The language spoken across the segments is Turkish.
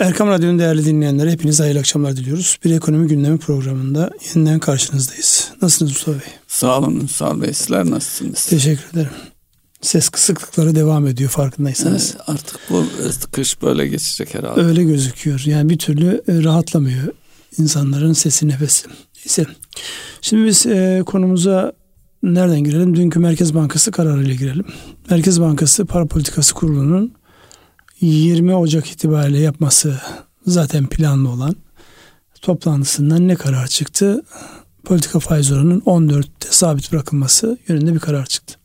Erkam Radyo'nun değerli dinleyenlere hepinize hayırlı akşamlar diliyoruz. Bir ekonomi gündemi programında yeniden karşınızdayız. Nasılsınız Mustafa Bey? Sağ olun Ünsal Bey. Sizler nasılsınız? Teşekkür ederim. Ses kısıklıkları devam ediyor farkındaysanız. Artık bu kış böyle geçecek herhalde. Öyle gözüküyor. Yani bir türlü rahatlamıyor insanların sesi, nefesi. Neyse. Şimdi biz konumuza nereden girelim? Dünkü Merkez Bankası kararıyla girelim. Merkez Bankası Para Politikası Kurulu'nun 20 Ocak itibariyle yapması zaten planlı olan toplantısından ne karar çıktı? Politika faiz oranının 14'te sabit bırakılması yönünde bir karar çıktı.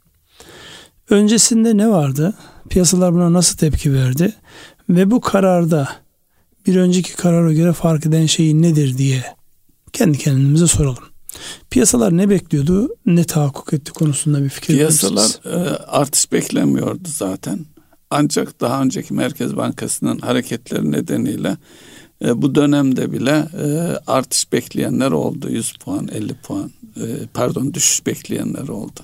Öncesinde ne vardı? Piyasalar buna nasıl tepki verdi? Ve bu kararda bir önceki karara göre fark eden şey nedir diye kendi kendimize soralım. Piyasalar ne bekliyordu, ne tahakkuk etti konusunda bir fikir verir misiniz? Piyasalar artış beklemiyordu zaten. Ancak daha önceki Merkez Bankası'nın hareketleri nedeniyle bu dönemde bile artış bekleyenler oldu. 100 puan, 50 puan, düşüş bekleyenler oldu.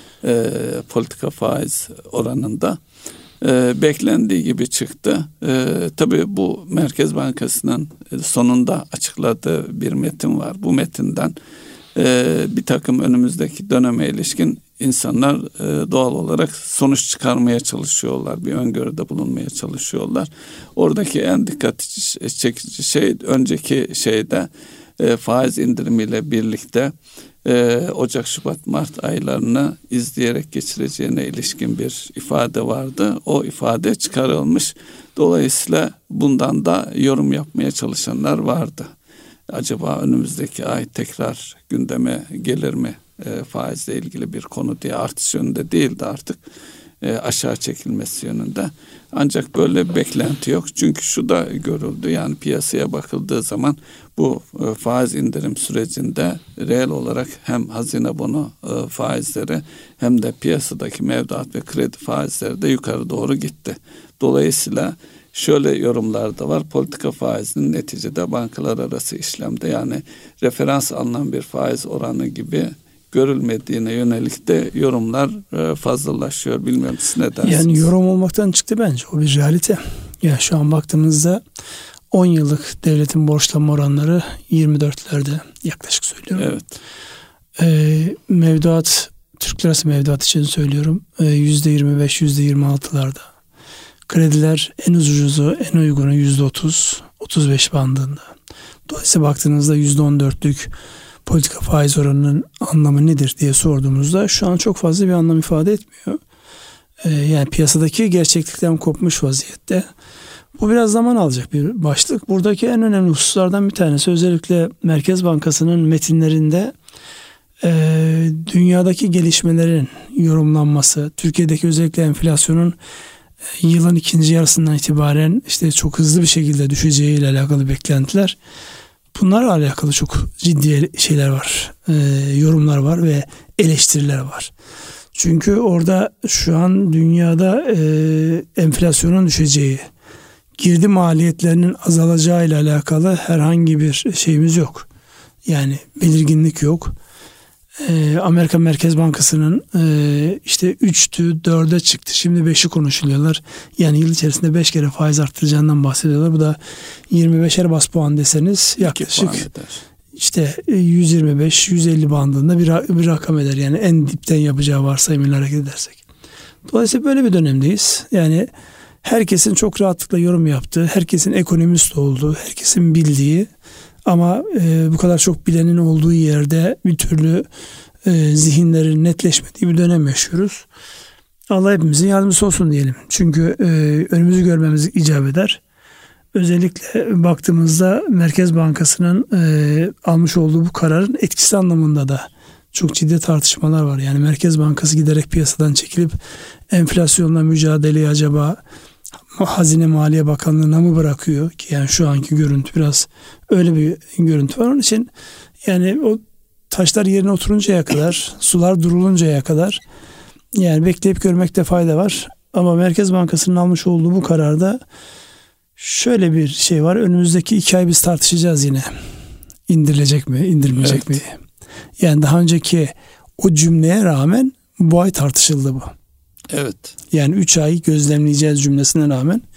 Politika faiz oranında. Beklendiği gibi çıktı. Tabii bu Merkez Bankası'nın sonunda açıkladığı bir metin var. Bu metinden bir takım önümüzdeki döneme ilişkin insanlar doğal olarak sonuç çıkarmaya çalışıyorlar. Bir öngörüde bulunmaya çalışıyorlar. Oradaki en dikkat çekici şey önceki şeyde faiz indirimiyle birlikte Ocak, Şubat, Mart aylarını izleyerek geçireceğine ilişkin bir ifade vardı. O ifade çıkarılmış. Dolayısıyla bundan da yorum yapmaya çalışanlar vardı. Acaba önümüzdeki ay tekrar gündeme gelir mi faizle ilgili bir konu diye, artış yönünde değil de artık aşağı çekilmesi yönünde. Ancak böyle bir beklenti yok. Çünkü şu da görüldü, yani piyasaya bakıldığı zaman bu faiz indirim sürecinde reel olarak hem hazine bonu faizleri hem de piyasadaki mevduat ve kredi faizleri de yukarı doğru gitti. Dolayısıyla şöyle yorumlar da var. Politika faizinin neticede bankalar arası işlemde, yani referans alınan bir faiz oranı gibi görülmediğine yönelik de yorumlar fazlalaşıyor. Bilmiyorum, siz ne dersiniz? Yani yorum olmaktan çıktı bence. O bir realite. Ya şu an baktığımızda 10 yıllık devletin borçlanma oranları 24'lerde yaklaşık söylüyorum. Evet. Mevduat, Türk lirası mevduat için söylüyorum, %25, %26'larda. Krediler en ucuzu, en uygunu %30, 35 bandında. Dolayısıyla baktığınızda %14'lük politika faiz oranının anlamı nedir diye sorduğumuzda şu an çok fazla bir anlam ifade etmiyor. Yani piyasadaki gerçeklikten kopmuş vaziyette. Bu biraz zaman alacak bir başlık. Buradaki en önemli hususlardan bir tanesi, özellikle Merkez Bankası'nın metinlerinde dünyadaki gelişmelerin yorumlanması, Türkiye'deki özellikle enflasyonun yılın ikinci yarısından itibaren işte çok hızlı bir şekilde düşeceği ile alakalı beklentiler. Bunlarla alakalı çok ciddi şeyler var, yorumlar var ve eleştiriler var. Çünkü orada şu an dünyada enflasyonun düşeceği, girdi maliyetlerinin azalacağı ile alakalı herhangi bir şeyimiz yok. Yani belirginlik yok. Amerika Merkez Bankası'nın işte 3'tü 4'e çıktı, şimdi 5'i konuşuluyorlar. Yani yıl içerisinde 5 kere faiz arttıracağından bahsediyorlar. Bu da 25'er bas puan deseniz yaklaşık işte 125-150 bandında bir rakam eder. Yani en dipten yapacağı varsayımıyla hareket edersek. Dolayısıyla böyle bir dönemdeyiz. Yani herkesin çok rahatlıkla yorum yaptığı, herkesin ekonomist olduğu, herkesin bildiği ama bu kadar çok bilenin olduğu yerde bir türlü zihinlerin netleşmediği bir dönem yaşıyoruz. Allah hepimizin yardımcısı olsun diyelim. Çünkü önümüzü görmemiz icap eder. Özellikle baktığımızda Merkez Bankası'nın almış olduğu bu kararın etkisi anlamında da çok ciddi tartışmalar var. Yani Merkez Bankası giderek piyasadan çekilip enflasyonla mücadeleyi acaba Hazine Maliye Bakanlığı'na mı bırakıyor ki? Yani şu anki görüntü biraz öyle bir görüntü var. Onun için yani o taşlar yerine oturuncaya kadar, sular duruluncaya kadar yani bekleyip görmekte fayda var. Ama Merkez Bankası'nın almış olduğu bu kararda şöyle bir şey var. Önümüzdeki 2 ay biz tartışacağız yine. İndirilecek mi, indirmeyecek mi? Yani daha önceki o cümleye rağmen bu ay tartışıldı bu. Evet. Yani 3 ay gözlemleyeceğiz cümlesine rağmen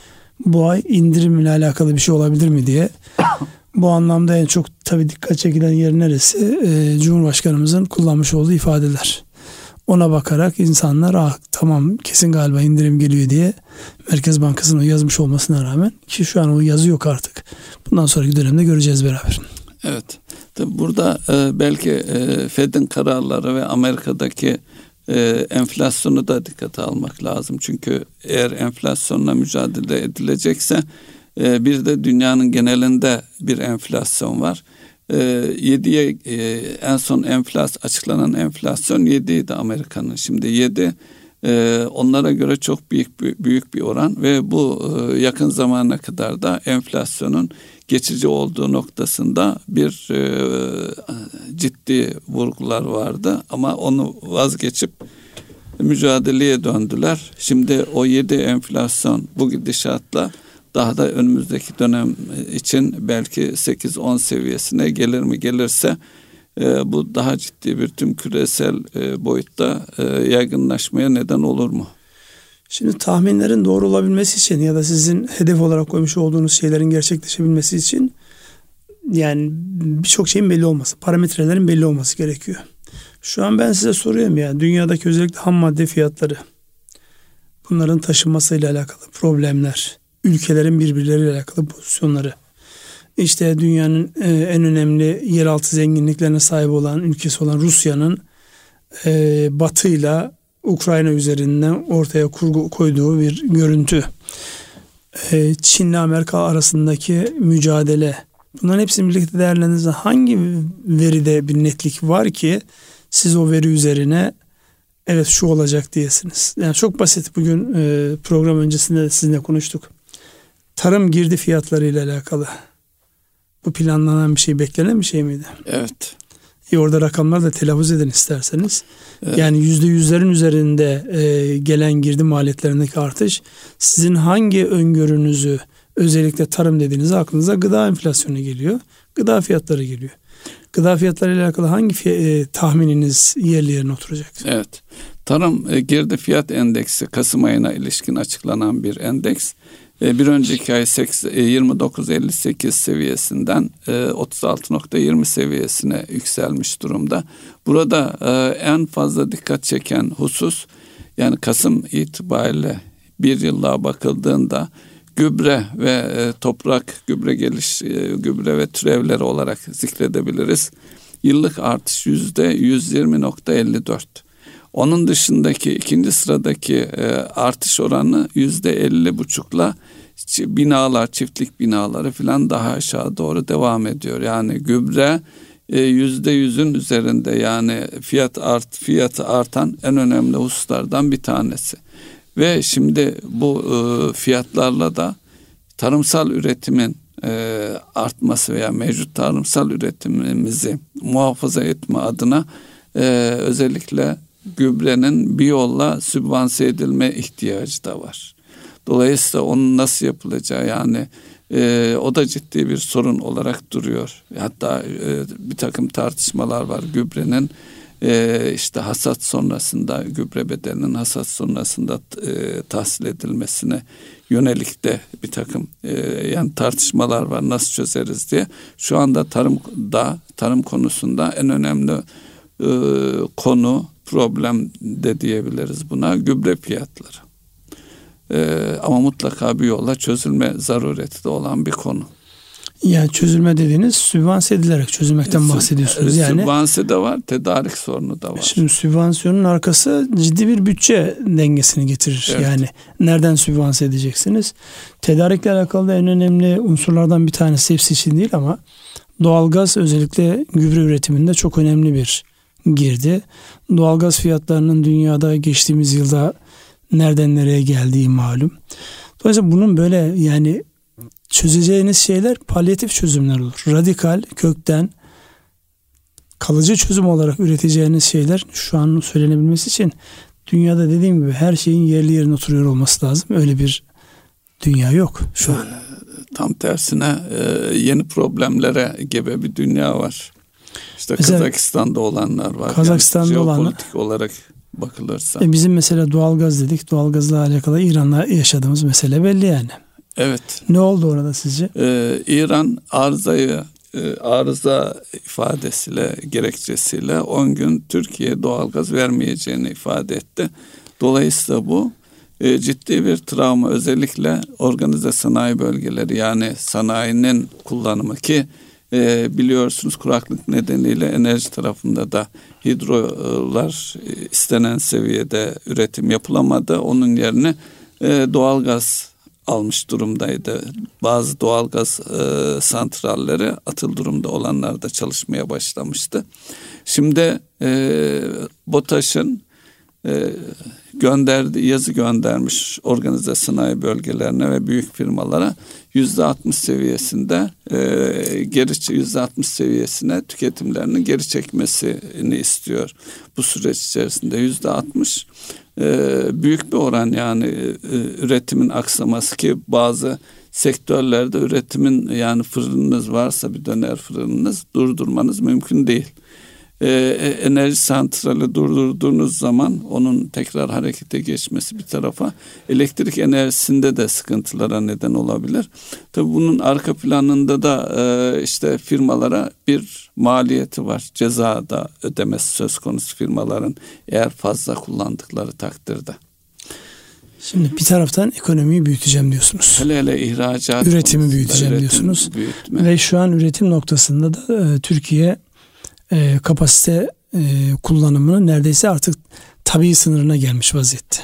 bu ay indirimle alakalı bir şey olabilir mi diye. Bu anlamda en çok tabii dikkat çekilen yer neresi? Cumhurbaşkanımızın kullanmış olduğu ifadeler. Ona bakarak insanlar tamam kesin galiba indirim geliyor diye Merkez Bankası'nın yazmış olmasına rağmen, ki şu an o yazı yok artık. Bundan sonraki dönemde göreceğiz beraber. Evet. Tabii burada belki Fed'in kararları ve Amerika'daki enflasyonu da dikkate almak lazım. Çünkü eğer enflasyonla mücadele edilecekse bir de dünyanın genelinde bir enflasyon var. 7'ye en son açıklanan enflasyon 7 idi Amerika'nın. Şimdi 7 onlara göre çok büyük bir oran ve bu yakın zamana kadar da enflasyonun geçici olduğu noktasında bir ciddi vurgular vardı ama onu vazgeçip mücadeleye döndüler. Şimdi o 7 enflasyon bu gidişatla daha da önümüzdeki dönem için belki 8-10 seviyesine gelir mi? Gelirse bu daha ciddi bir tüm küresel boyutta yaygınlaşmaya neden olur mu? Şimdi tahminlerin doğru olabilmesi için ya da sizin hedef olarak koymuş olduğunuz şeylerin gerçekleşebilmesi için yani birçok şeyin belli olması, parametrelerin belli olması gerekiyor. Şu an ben size soruyorum ya, dünyadaki özellikle ham madde fiyatları, bunların taşınmasıyla alakalı problemler, ülkelerin birbirleriyle alakalı pozisyonları, işte dünyanın en önemli yeraltı zenginliklerine sahip olan ülkesi olan Rusya'nın Batı'yla Ukrayna üzerinden ortaya koyduğu bir görüntü, Çin'le Amerika arasındaki mücadele, bunların hepsini birlikte değerlendirince hangi veride bir netlik var ki siz o veri üzerine evet şu olacak diyesiniz? Yani çok basit, bugün program öncesinde de sizinle konuştuk. Tarım girdi fiyatları ile alakalı. Bu planlanan bir şey, beklenen bir şey miydi? Evet. Orada rakamlar da telaffuz edin isterseniz. Evet. Yani %100'lerin üzerinde gelen girdi maliyetlerindeki artış, sizin hangi öngörünüzü, özellikle tarım dediğinizde aklınıza gıda enflasyonu geliyor. Gıda fiyatları geliyor. Gıda fiyatları ile alakalı hangi tahmininiz yerli yerine oturacak? Evet. Tarım girdi fiyat endeksi Kasım ayına ilişkin açıklanan bir endeks. Bir önceki ay 29.58 seviyesinden 36.20 seviyesine yükselmiş durumda. Burada en fazla dikkat çeken husus, yani Kasım itibariyle bir yıllığa bakıldığında gübre ve toprak gübre ve türevleri olarak zikredebiliriz. Yıllık artış %120.54. Onun dışındaki ikinci sıradaki artış oranı %50,5'la binalar, çiftlik binaları filan daha aşağı doğru devam ediyor. Yani gübre %100'ün üzerinde, yani fiyatı artan en önemli hususlardan bir tanesi. Ve şimdi bu fiyatlarla da tarımsal üretimin artması veya mevcut tarımsal üretimimizi muhafaza etme adına özellikle gübrenin bir yolla sübvanse edilme ihtiyacı da var. Dolayısıyla onun nasıl yapılacağı, yani o da ciddi bir sorun olarak duruyor. Hatta bir takım tartışmalar var. Gübrenin işte hasat sonrasında, gübre bedelinin hasat sonrasında tahsil edilmesine yönelik de bir takım yani tartışmalar var, nasıl çözeriz diye. Şu anda tarım konusunda en önemli konu, problem de diyebiliriz buna, gübre fiyatları. Ama mutlaka bir yolla çözülme zarureti de olan bir konu. Yani çözülme dediğiniz sübvanse edilerek çözülmekten bahsediyorsunuz. Yani sübvanse de var, tedarik sorunu da var. Şimdi sübvansiyonun arkası ciddi bir bütçe dengesini getirir. Evet. Yani nereden sübvanse edeceksiniz? Tedarikle alakalı da en önemli unsurlardan bir tanesi, hepsi için değil ama doğalgaz özellikle gübre üretiminde çok önemli bir girdi. Doğalgaz fiyatlarının dünyada geçtiğimiz yılda nereden nereye geldiği malum. Dolayısıyla bunun böyle yani çözeceğiniz şeyler palyatif çözümler olur. Radikal, kökten kalıcı çözüm olarak üreteceğiniz şeyler şu an söylenebilmesi için dünyada dediğim gibi her şeyin yerli yerine oturuyor olması lazım. Öyle bir dünya yok şu an. Tam tersine yeni problemlere gebe bir dünya var. İşte mesela, Kazakistan'da olanlar var. Kazakistan'da yani olanlar. Jeopolitik olarak bakılırsa. Bizim mesela doğalgaz dedik. Doğalgazla alakalı İran'la yaşadığımız mesele belli yani. Evet. Ne oldu orada sizce? İran arıza ifadesiyle, gerekçesiyle 10 gün Türkiye doğalgaz vermeyeceğini ifade etti. Dolayısıyla bu ciddi bir travma, özellikle organize sanayi bölgeleri, yani sanayinin kullanımı ki biliyorsunuz kuraklık nedeniyle enerji tarafında da hidrolar istenen seviyede üretim yapılamadı. Onun yerine doğalgaz almış durumdaydı. Bazı doğalgaz santralleri atıl durumda olanlar da çalışmaya başlamıştı. Şimdi BOTAŞ'ın yazı göndermiş organize sanayi bölgelerine ve büyük firmalara %60 seviyesinde %60 seviyesine tüketimlerini geri çekmesini istiyor. Bu süreç içerisinde %60 büyük bir oran, yani üretimin aksaması ki bazı sektörlerde üretimin, yani fırınınız varsa, bir döner fırınınız, durdurmanız mümkün değil. Enerji santrali durdurduğunuz zaman onun tekrar harekete geçmesi bir tarafa, elektrik enerjisinde de sıkıntılara neden olabilir. Tabii bunun arka planında da işte firmalara bir maliyeti var. Ceza da ödemesi söz konusu firmaların, eğer fazla kullandıkları takdirde. Şimdi bir taraftan ekonomiyi büyüteceğim diyorsunuz. Hele ihracat, üretimi büyüteceğim diyorsunuz. Ve şu an üretim noktasında da Türkiye kapasite kullanımının neredeyse artık tabii sınırına gelmiş vaziyette.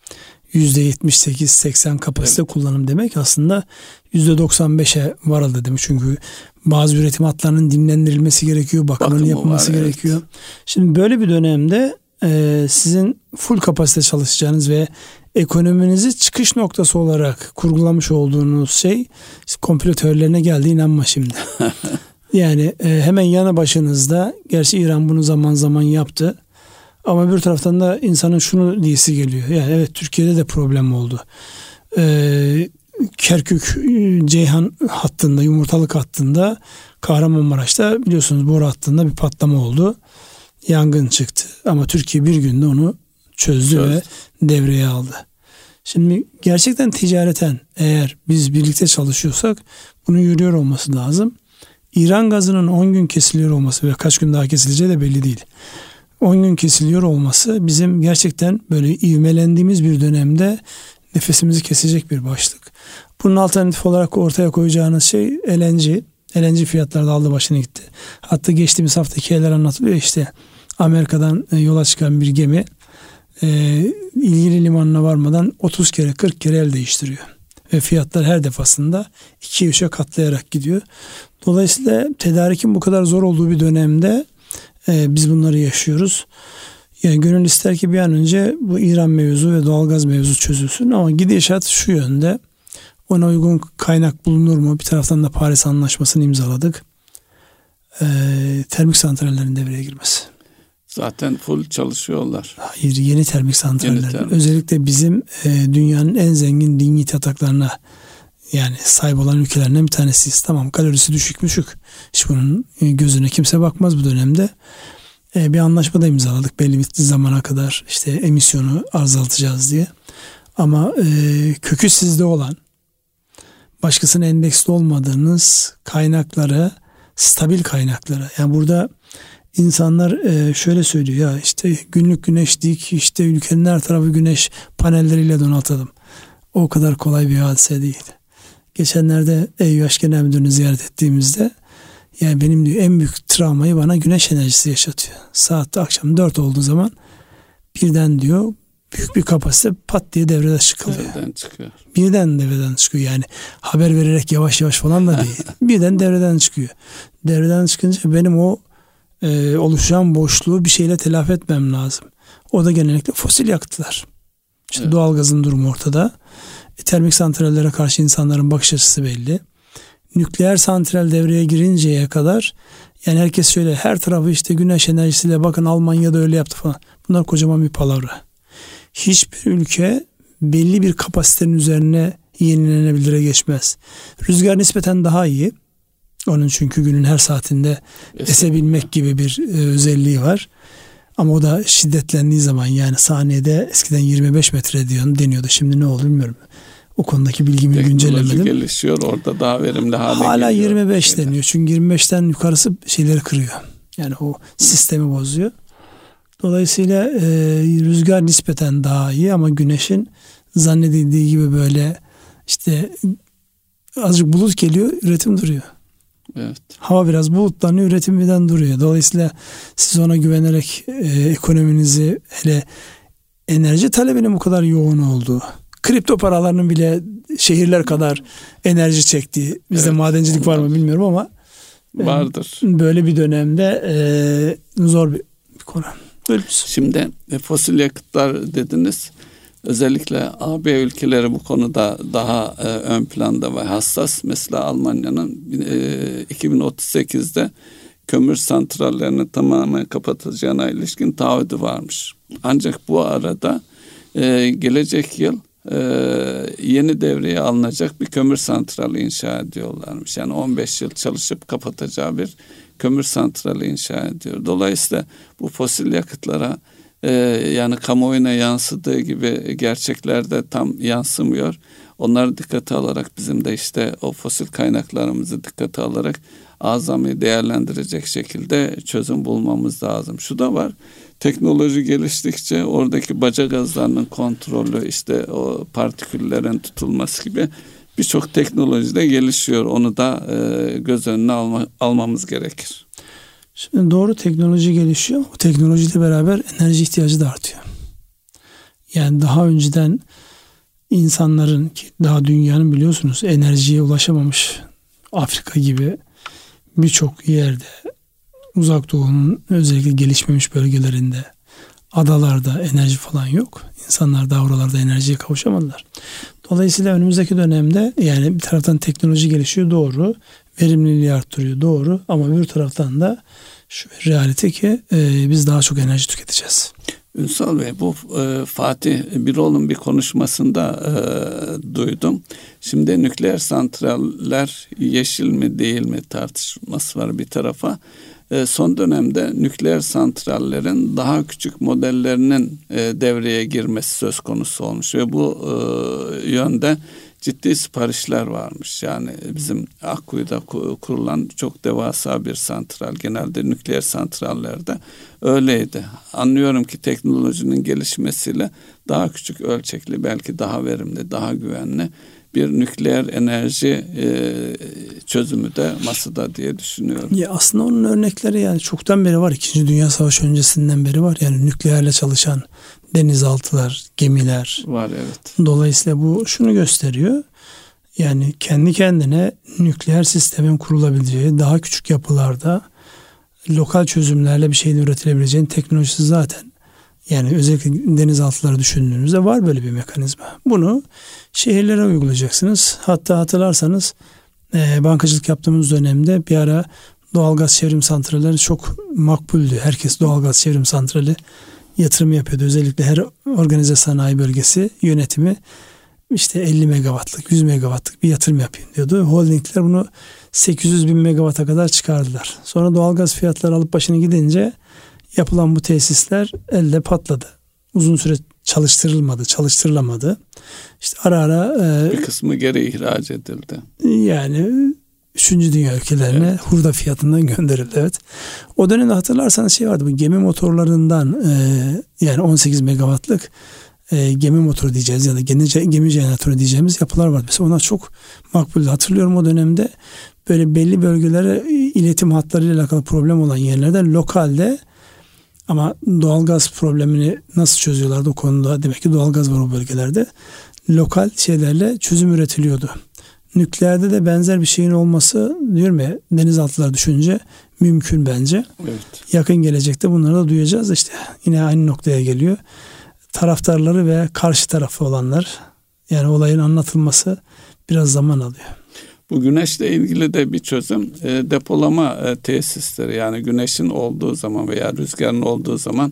%78-80 kapasite kullanım demek aslında %95'e varıldı demek. Çünkü bazı üretim hatlarının dinlendirilmesi gerekiyor, bakımının yapılması gerekiyor. Evet. Şimdi böyle bir dönemde sizin full kapasite çalışacağınız ve ekonominizi çıkış noktası olarak kurgulamış olduğunuz şey, komplo teorilerine geldi, inanma şimdi. Yani hemen yanı başınızda, gerçi İran bunu zaman zaman yaptı, ama bir taraftan da insanın şunu diyesi geliyor. Yani evet, Türkiye'de de problem oldu. Kerkük-Ceyhan hattında, yumurtalık hattında, Kahramanmaraş'ta biliyorsunuz boru hattında bir patlama oldu. Yangın çıktı. Ama Türkiye bir günde onu çözdü ve devreye aldı. Şimdi gerçekten ticareten eğer biz birlikte çalışıyorsak bunun yürüyor olması lazım. İran gazının 10 gün kesiliyor olması ve kaç gün daha kesileceği de belli değil. 10 gün kesiliyor olması bizim gerçekten böyle ivmelendiğimiz bir dönemde nefesimizi kesecek bir başlık. Bunun alternatif olarak ortaya koyacağınız şey LNG. LNG fiyatları da aldı başını gitti. Hatta geçtiğimiz hafta hikayeler anlatılıyor, işte Amerika'dan yola çıkan bir gemi ilgili limanına varmadan 30 kere 40 kere el değiştiriyor. Ve fiyatlar her defasında 2-3'e katlayarak gidiyor. Dolayısıyla tedarikin bu kadar zor olduğu bir dönemde biz bunları yaşıyoruz. Yani gönül ister ki bir an önce bu İran mevzu ve doğalgaz mevzu çözülsün, ama gidişat şu yönde. Ona uygun kaynak bulunur mu? Bir taraftan da Paris Anlaşması'nı imzaladık. Termik santrallerin devreye girmesi. Zaten full çalışıyorlar. Hayır, yeni termik santraller. Özellikle bizim dünyanın en zengin lignit yataklarına yani sahip olan ülkelerinden bir tanesiyiz. Tamam, kalorisi düşük. Hiç bunun gözüne kimse bakmaz bu dönemde. Bir anlaşma da imzaladık belli bir zamana kadar, işte emisyonu azaltacağız diye. Ama kökü sizde olan, başkasına endeksli olmadığınız kaynaklara, stabil kaynaklara. Yani burada insanlar şöyle söylüyor, ya işte günlük güneş dik, işte ülkenin her tarafı güneş panelleriyle donatalım. O kadar kolay bir hadise değil. Geçenlerde EÜH Genel Müdürü'nü ziyaret ettiğimizde, yani benim diyor en büyük travmayı bana güneş enerjisi yaşatıyor. Saatte akşam 4 olduğu zaman birden diyor büyük bir kapasite pat diye devreden çıkıyor. Birden devreden çıkıyor. Yani haber vererek yavaş yavaş falan da değil. Birden devreden çıkıyor. Devreden çıkınca benim o oluşan boşluğu bir şeyle telafi etmem lazım. O da genellikle fosil yakıtlar. İşte evet. Doğalgazın durumu ortada. Termik santrallere karşı insanların bakış açısı belli. Nükleer santral devreye girinceye kadar yani herkes şöyle, her tarafı işte güneş enerjisiyle, bakın Almanya'da öyle yaptı falan. Bunlar kocaman bir palavra. Hiçbir ülke belli bir kapasitenin üzerine yenilenebilire geçmez. Rüzgar nispeten daha iyi. Onun çünkü günün her saatinde esebilmek gibi bir özelliği var. Ama o da şiddetlendiği zaman, yani saniyede eskiden 25 metre deniyordu. Şimdi ne oldu bilmiyorum. O konudaki bilgimi güncellemedim. Teknoloji gelişiyor, orada daha verimli hale hala geliyor. 25 deniyor. Çünkü 25'ten yukarısı şeyleri kırıyor. Yani o sistemi bozuyor. Dolayısıyla rüzgar nispeten daha iyi ama güneşin zannedildiği gibi böyle işte azıcık bulut geliyor, üretim duruyor. Evet. Hava biraz bulutlanıyor, üretim birden duruyor. Dolayısıyla siz ona güvenerek ekonominizi, hele enerji talebinin bu kadar yoğun olduğu, kripto paralarının bile şehirler kadar enerji çektiği, bizde madencilik var mı bilmiyorum ama vardır. Böyle bir dönemde zor bir konu. Şimdi fosil yakıtlar dediniz. Özellikle AB ülkeleri bu konuda daha ön planda ve hassas. Mesela Almanya'nın 2038'de kömür santrallerini tamamen kapatacağına ilişkin taahhüdü varmış. Ancak bu arada gelecek yıl yeni devreye alınacak bir kömür santrali inşa ediyorlarmış. Yani 15 yıl çalışıp kapatacağı bir kömür santrali inşa ediyor. Dolayısıyla bu fosil yakıtlara yani kamuoyuna yansıdığı gibi gerçeklerde tam yansımıyor. Onları dikkate alarak bizim de işte o fosil kaynaklarımızı dikkate alarak azami değerlendirecek şekilde çözüm bulmamız lazım. Şu da var. Teknoloji geliştikçe oradaki baca gazlarının kontrolü, işte o partiküllerin tutulması gibi birçok teknoloji de gelişiyor. Onu da göz önüne almamız gerekir. Şimdi doğru, teknoloji gelişiyor. O teknolojiyle beraber enerji ihtiyacı da artıyor. Yani daha önceden insanların, ki daha dünyanın biliyorsunuz enerjiye ulaşamamış Afrika gibi birçok yerde, Uzak Doğu'nun özellikle gelişmemiş bölgelerinde, adalarda enerji falan yok. İnsanlar da oralarda enerjiye kavuşamadılar. Dolayısıyla önümüzdeki dönemde yani bir taraftan teknoloji gelişiyor, doğru. Verimliliği arttırıyor, doğru. Ama bir taraftan da şu realite ki biz daha çok enerji tüketeceğiz. Ünsal Bey, bu Fatih Birol'un bir konuşmasında duydum. Şimdi nükleer santraller yeşil mi değil mi tartışması var bir tarafa. Son dönemde nükleer santrallerin daha küçük modellerinin devreye girmesi söz konusu olmuş ve bu yönde ciddi siparişler varmış. Yani bizim Akkuyu'da kurulan çok devasa bir santral, genelde nükleer santrallerde öyleydi. Anlıyorum ki teknolojinin gelişmesiyle daha küçük ölçekli, belki daha verimli, daha güvenli bir nükleer enerji çözümü de masada diye düşünüyorum. Ya aslında onun örnekleri yani çoktan beri var. İkinci Dünya Savaşı öncesinden beri var. Yani nükleerle çalışan denizaltılar, gemiler. Var, evet. Dolayısıyla bu şunu gösteriyor. Yani kendi kendine nükleer sistemin kurulabileceği, daha küçük yapılarda lokal çözümlerle bir şeyin üretilebileceğinin teknolojisi zaten. Yani özellikle denizaltıları düşündüğünüzde var böyle bir mekanizma. Bunu şehirlere uygulayacaksınız. Hatta hatırlarsanız bankacılık yaptığımız dönemde bir ara doğalgaz çevrim santralleri çok makbuldü. Herkes doğalgaz çevrim santrali yatırım yapıyordu. Özellikle her organize sanayi bölgesi yönetimi işte 50 megawattlık, 100 megawattlık bir yatırım yapayım diyordu. Holdingler bunu 800 bin megawatta kadar çıkardılar. Sonra doğalgaz fiyatları alıp başını gidince yapılan bu tesisler elde patladı. Uzun süre çalıştırılamadı. İşte ara ara bir kısmı geri ihraç edildi. Yani 3. dünya ülkelerine evet, hurda fiyatından gönderildi. Evet. O dönemde hatırlarsanız şey vardı, bu gemi motorlarından yani 18 megawattlık gemi motoru diyeceğiz ya da gemi jeneratörü diyeceğimiz yapılar vardı. Mesela onlar çok makbuldü. Hatırlıyorum o dönemde böyle belli bölgelere iletim hatlarıyla alakalı problem olan yerlerde lokalde, ama doğalgaz problemini nasıl çözüyorlardı o konuda? Demek ki doğalgaz var o bölgelerde. Lokal şeylerle çözüm üretiliyordu. Nükleerde de benzer bir şeyin olması, diyorum ya, denizaltılar düşünce mümkün bence. Evet. Yakın gelecekte bunları da duyacağız. İşte yine aynı noktaya geliyor. Taraftarları ve karşı tarafı olanlar, yani olayın anlatılması biraz zaman alıyor. Bu güneşle ilgili de bir çözüm depolama tesisleri, yani güneşin olduğu zaman veya rüzgarın olduğu zaman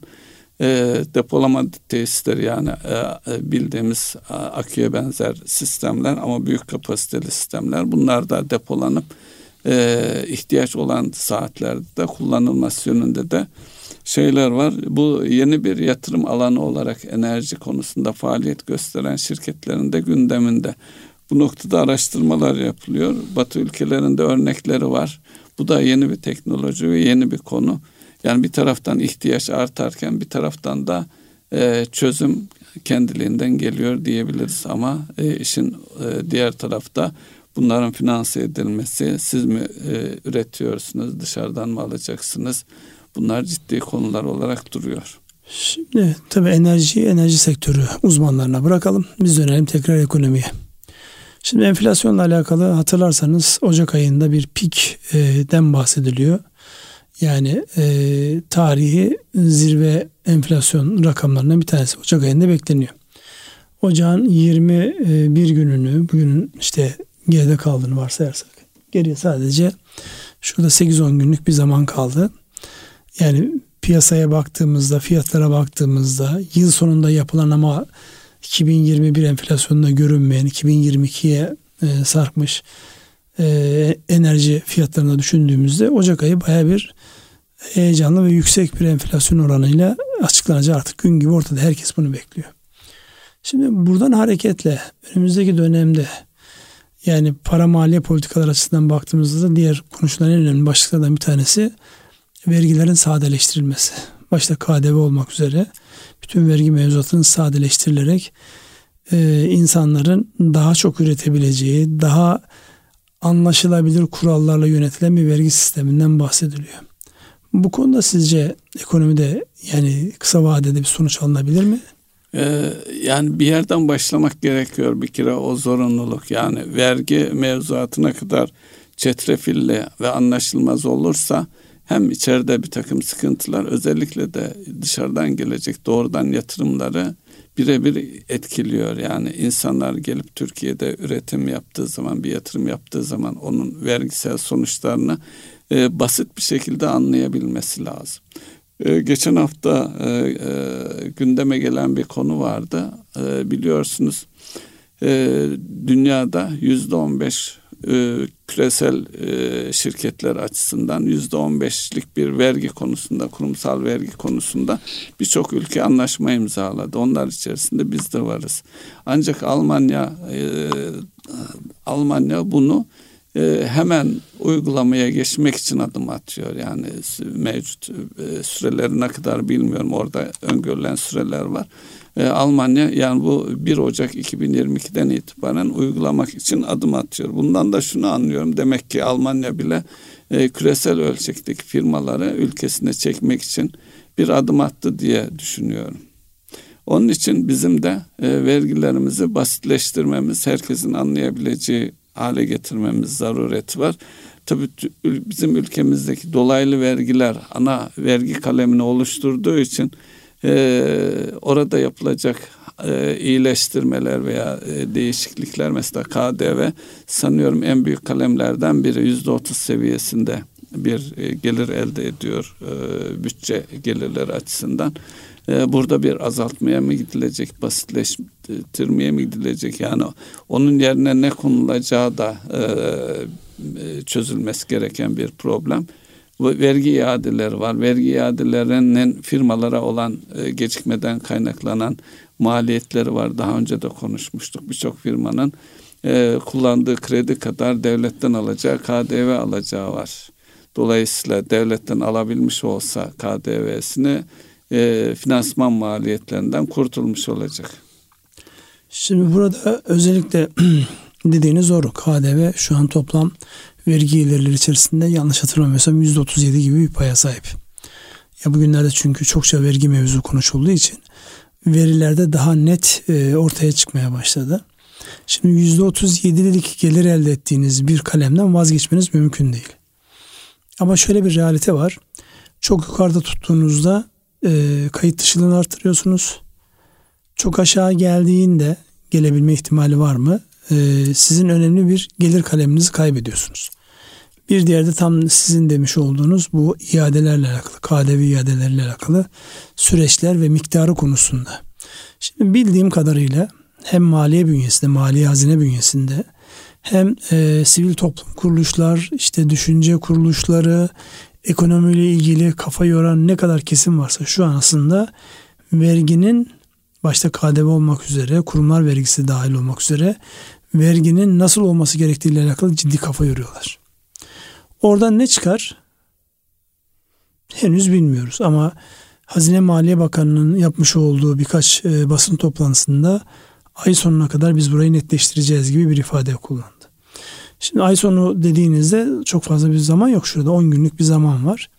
depolama tesisleri, yani bildiğimiz aküye benzer sistemler ama büyük kapasiteli sistemler, bunlar da depolanıp ihtiyaç olan saatlerde kullanılması yönünde de şeyler var. Bu yeni bir yatırım alanı olarak enerji konusunda faaliyet gösteren şirketlerin de gündeminde. Bu noktada araştırmalar yapılıyor. Batı ülkelerinde örnekleri var. Bu da yeni bir teknoloji ve yeni bir konu. Yani bir taraftan ihtiyaç artarken bir taraftan da çözüm kendiliğinden geliyor diyebiliriz. Ama işin diğer tarafta bunların finanse edilmesi, siz mi üretiyorsunuz, dışarıdan mı alacaksınız? Bunlar ciddi konular olarak duruyor. Şimdi tabii enerji sektörü uzmanlarına bırakalım. Biz dönelim tekrar ekonomiye. Şimdi enflasyonla alakalı hatırlarsanız Ocak ayında bir pikten bahsediliyor. Yani tarihi zirve enflasyon rakamlarından bir tanesi Ocak ayında bekleniyor. Ocağın 21 gününü bugünün işte geride kaldığını varsayarsak geriye sadece şurada 8-10 günlük bir zaman kaldı. Yani piyasaya baktığımızda, fiyatlara baktığımızda yıl sonunda yapılan ama 2021 enflasyonunda görünmeyen 2022'ye sarkmış enerji fiyatlarını düşündüğümüzde Ocak ayı baya bir heyecanlı ve yüksek bir enflasyon oranıyla açıklanacağı artık gün gibi ortada. Herkes bunu bekliyor. Şimdi buradan hareketle önümüzdeki dönemde yani para maliye politikalar açısından baktığımızda da diğer konuşulan en önemli başlıklardan bir tanesi vergilerin sadeleştirilmesi. Başta KDV olmak üzere bütün vergi mevzuatının sadeleştirilerek insanların daha çok üretebileceği, daha anlaşılabilir kurallarla yönetilen bir vergi sisteminden bahsediliyor. Bu konuda sizce ekonomide yani kısa vadede bir sonuç alınabilir mi? Yani bir yerden başlamak gerekiyor bir kere o zorunluluk. Yani vergi mevzuatına kadar çetrefilli ve anlaşılmaz olursa hem içeride bir takım sıkıntılar özellikle de dışarıdan gelecek doğrudan yatırımları birebir etkiliyor. Yani insanlar gelip Türkiye'de üretim yaptığı zaman, bir yatırım yaptığı zaman onun vergisel sonuçlarını basit bir şekilde anlayabilmesi lazım. Geçen hafta gündeme gelen bir konu vardı. Biliyorsunuz dünyada %15 küresel şirketler açısından %15'lik bir vergi konusunda, kurumsal vergi konusunda birçok ülke anlaşma imzaladı. Onlar içerisinde biz de varız. Ancak Almanya bunu hemen uygulamaya geçmek için adım atıyor. Yani mevcut süreleri ne kadar bilmiyorum. Orada öngörülen süreler var. Almanya yani bu 1 Ocak 2022'den itibaren uygulamak için adım atıyor. Bundan da şunu anlıyorum. Demek ki Almanya bile küresel ölçekteki firmaları ülkesine çekmek için bir adım attı diye düşünüyorum. Onun için bizim de vergilerimizi basitleştirmemiz, herkesin anlayabileceği hale getirmemiz zarureti var. Tabii bizim ülkemizdeki dolaylı vergiler ana vergi kalemini oluşturduğu için orada yapılacak iyileştirmeler veya değişiklikler mesela KDV sanıyorum en büyük kalemlerden biri %30 seviyesinde bir gelir elde ediyor bütçe gelirleri açısından. Burada bir azaltmaya mı gidilecek, basitleştirmeye mi gidilecek? Yani onun yerine ne konulacağı da çözülmesi gereken bir problem. Vergi iadeleri var. Vergi iadelerinin firmalara olan gecikmeden kaynaklanan maliyetleri var. Daha önce de konuşmuştuk. Birçok firmanın kullandığı kredi kadar devletten alacağı KDV alacağı var. Dolayısıyla devletten alabilmiş olsa KDV'sini finansman maliyetlerinden kurtulmuş olacak. Şimdi burada özellikle dediğiniz doğru. KDV şu an toplam vergi gelirleri içerisinde yanlış hatırlamıyorsam %37 gibi bir paya sahip. Ya bugünlerde çünkü çokça vergi mevzu konuşulduğu için verilerde daha net ortaya çıkmaya başladı. Şimdi %37'lik gelir elde ettiğiniz bir kalemden vazgeçmeniz mümkün değil. Ama şöyle bir realite var. Çok yukarıda tuttuğunuzda kayıt dışılığını artırıyorsunuz. Çok aşağı geldiğinde gelebilme ihtimali var mı? Sizin önemli bir gelir kaleminizi kaybediyorsunuz. Bir diğer de tam sizin demiş olduğunuz bu iadelerle alakalı, KDV iadeleriyle alakalı süreçler ve miktarı konusunda. Şimdi bildiğim kadarıyla hem maliye bünyesinde, maliye hazine bünyesinde hem sivil toplum kuruluşlar, işte düşünce kuruluşları, ekonomiyle ilgili kafa yoran ne kadar kesim varsa şu an aslında verginin, başta KDV olmak üzere, kurumlar vergisi dahil olmak üzere, verginin nasıl olması gerektiğiyle alakalı ciddi kafa yoruyorlar. Oradan ne çıkar? Henüz bilmiyoruz ama Hazine Maliye Bakanı'nın yapmış olduğu birkaç basın toplantısında ay sonuna kadar biz burayı netleştireceğiz gibi bir ifade kullandı. Şimdi ay sonu dediğinizde çok fazla bir zaman yok. Şurada 10 günlük bir zaman var.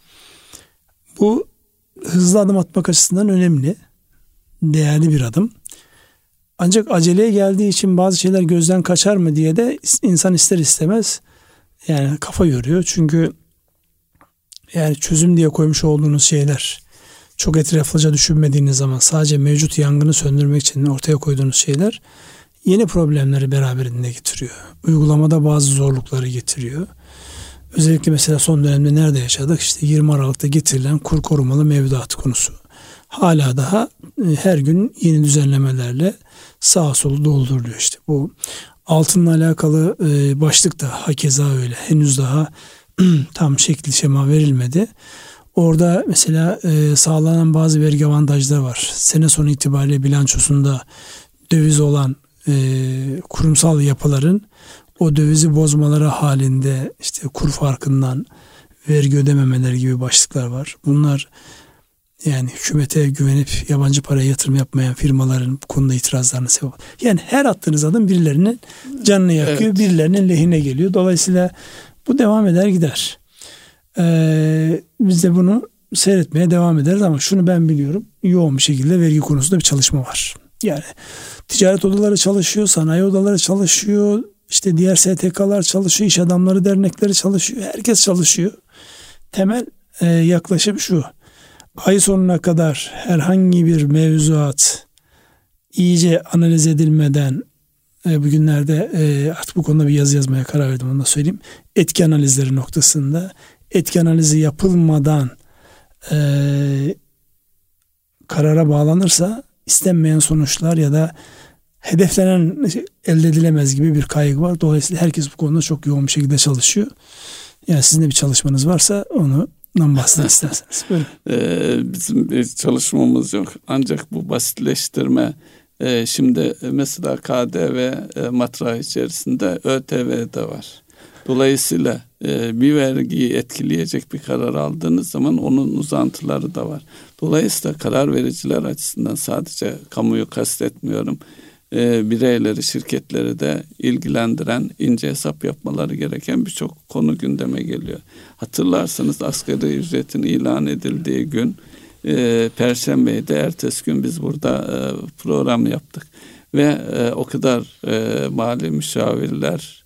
Bu hızlı adım atmak açısından önemli. Değerli bir adım. Ancak aceleye geldiği için bazı şeyler gözden kaçar mı diye de insan ister istemez yani kafa yoruyor. Çünkü yani çözüm diye koymuş olduğunuz şeyler, çok etraflıca düşünmediğiniz zaman sadece mevcut yangını söndürmek için ortaya koyduğunuz şeyler yeni problemleri beraberinde getiriyor. Uygulamada bazı zorlukları getiriyor. Özellikle mesela son dönemde nerede yaşadık? İşte 20 Aralık'ta getirilen kur korumalı mevduat konusu. Hala daha her gün yeni düzenlemelerle sağa solu dolduruluyor işte. Bu altınla alakalı başlık da hakeza öyle. Henüz daha tam şekli şema verilmedi. Orada mesela sağlanan bazı vergi avantajları var. Sene sonu itibariyle bilançosunda döviz olan kurumsal yapıların o dövizi bozmaları halinde işte kur farkından vergi ödememeleri gibi başlıklar var. Bunlar yani hükümete güvenip yabancı paraya yatırım yapmayan firmaların bu konuda itirazlarına sebep. Yani her attığınız adım birilerinin canını yakıyor, evet, birilerinin lehine geliyor. Dolayısıyla bu devam eder gider. Biz de bunu seyretmeye devam ederiz ama şunu ben biliyorum. Yoğun bir şekilde vergi konusunda bir çalışma var. Yani ticaret odaları çalışıyor, sanayi odaları çalışıyor, işte diğer STK'lar çalışıyor, iş adamları dernekleri çalışıyor. Herkes çalışıyor. Temel yaklaşım şu. Ay sonuna kadar herhangi bir mevzuat iyice analiz edilmeden bugünlerde artık bu konuda bir yazı yazmaya karar verdim, onu da söyleyeyim. Etki analizleri noktasında etki analizi yapılmadan karara bağlanırsa istenmeyen sonuçlar ya da hedeflenen elde edilemez gibi bir kaygı var. Dolayısıyla herkes bu konuda çok yoğun bir şekilde çalışıyor. Yani sizin de bir çalışmanız varsa ondan bahsedin isterseniz. Bizim bir çalışmamız yok. Ancak bu basitleştirme şimdi mesela KDV matrağı içerisinde ÖTV de var. Dolayısıyla bir vergiyi etkileyecek bir karar aldığınız zaman onun uzantıları da var. Dolayısıyla karar vericiler açısından sadece kamuyu kastetmiyorum. Bireyleri, şirketleri de ilgilendiren, ince hesap yapmaları gereken birçok konu gündeme geliyor. Hatırlarsanız asgari ücretin ilan edildiği gün Perşembe'ydi, ertesi gün biz burada program yaptık. Ve o kadar mali müşavirler,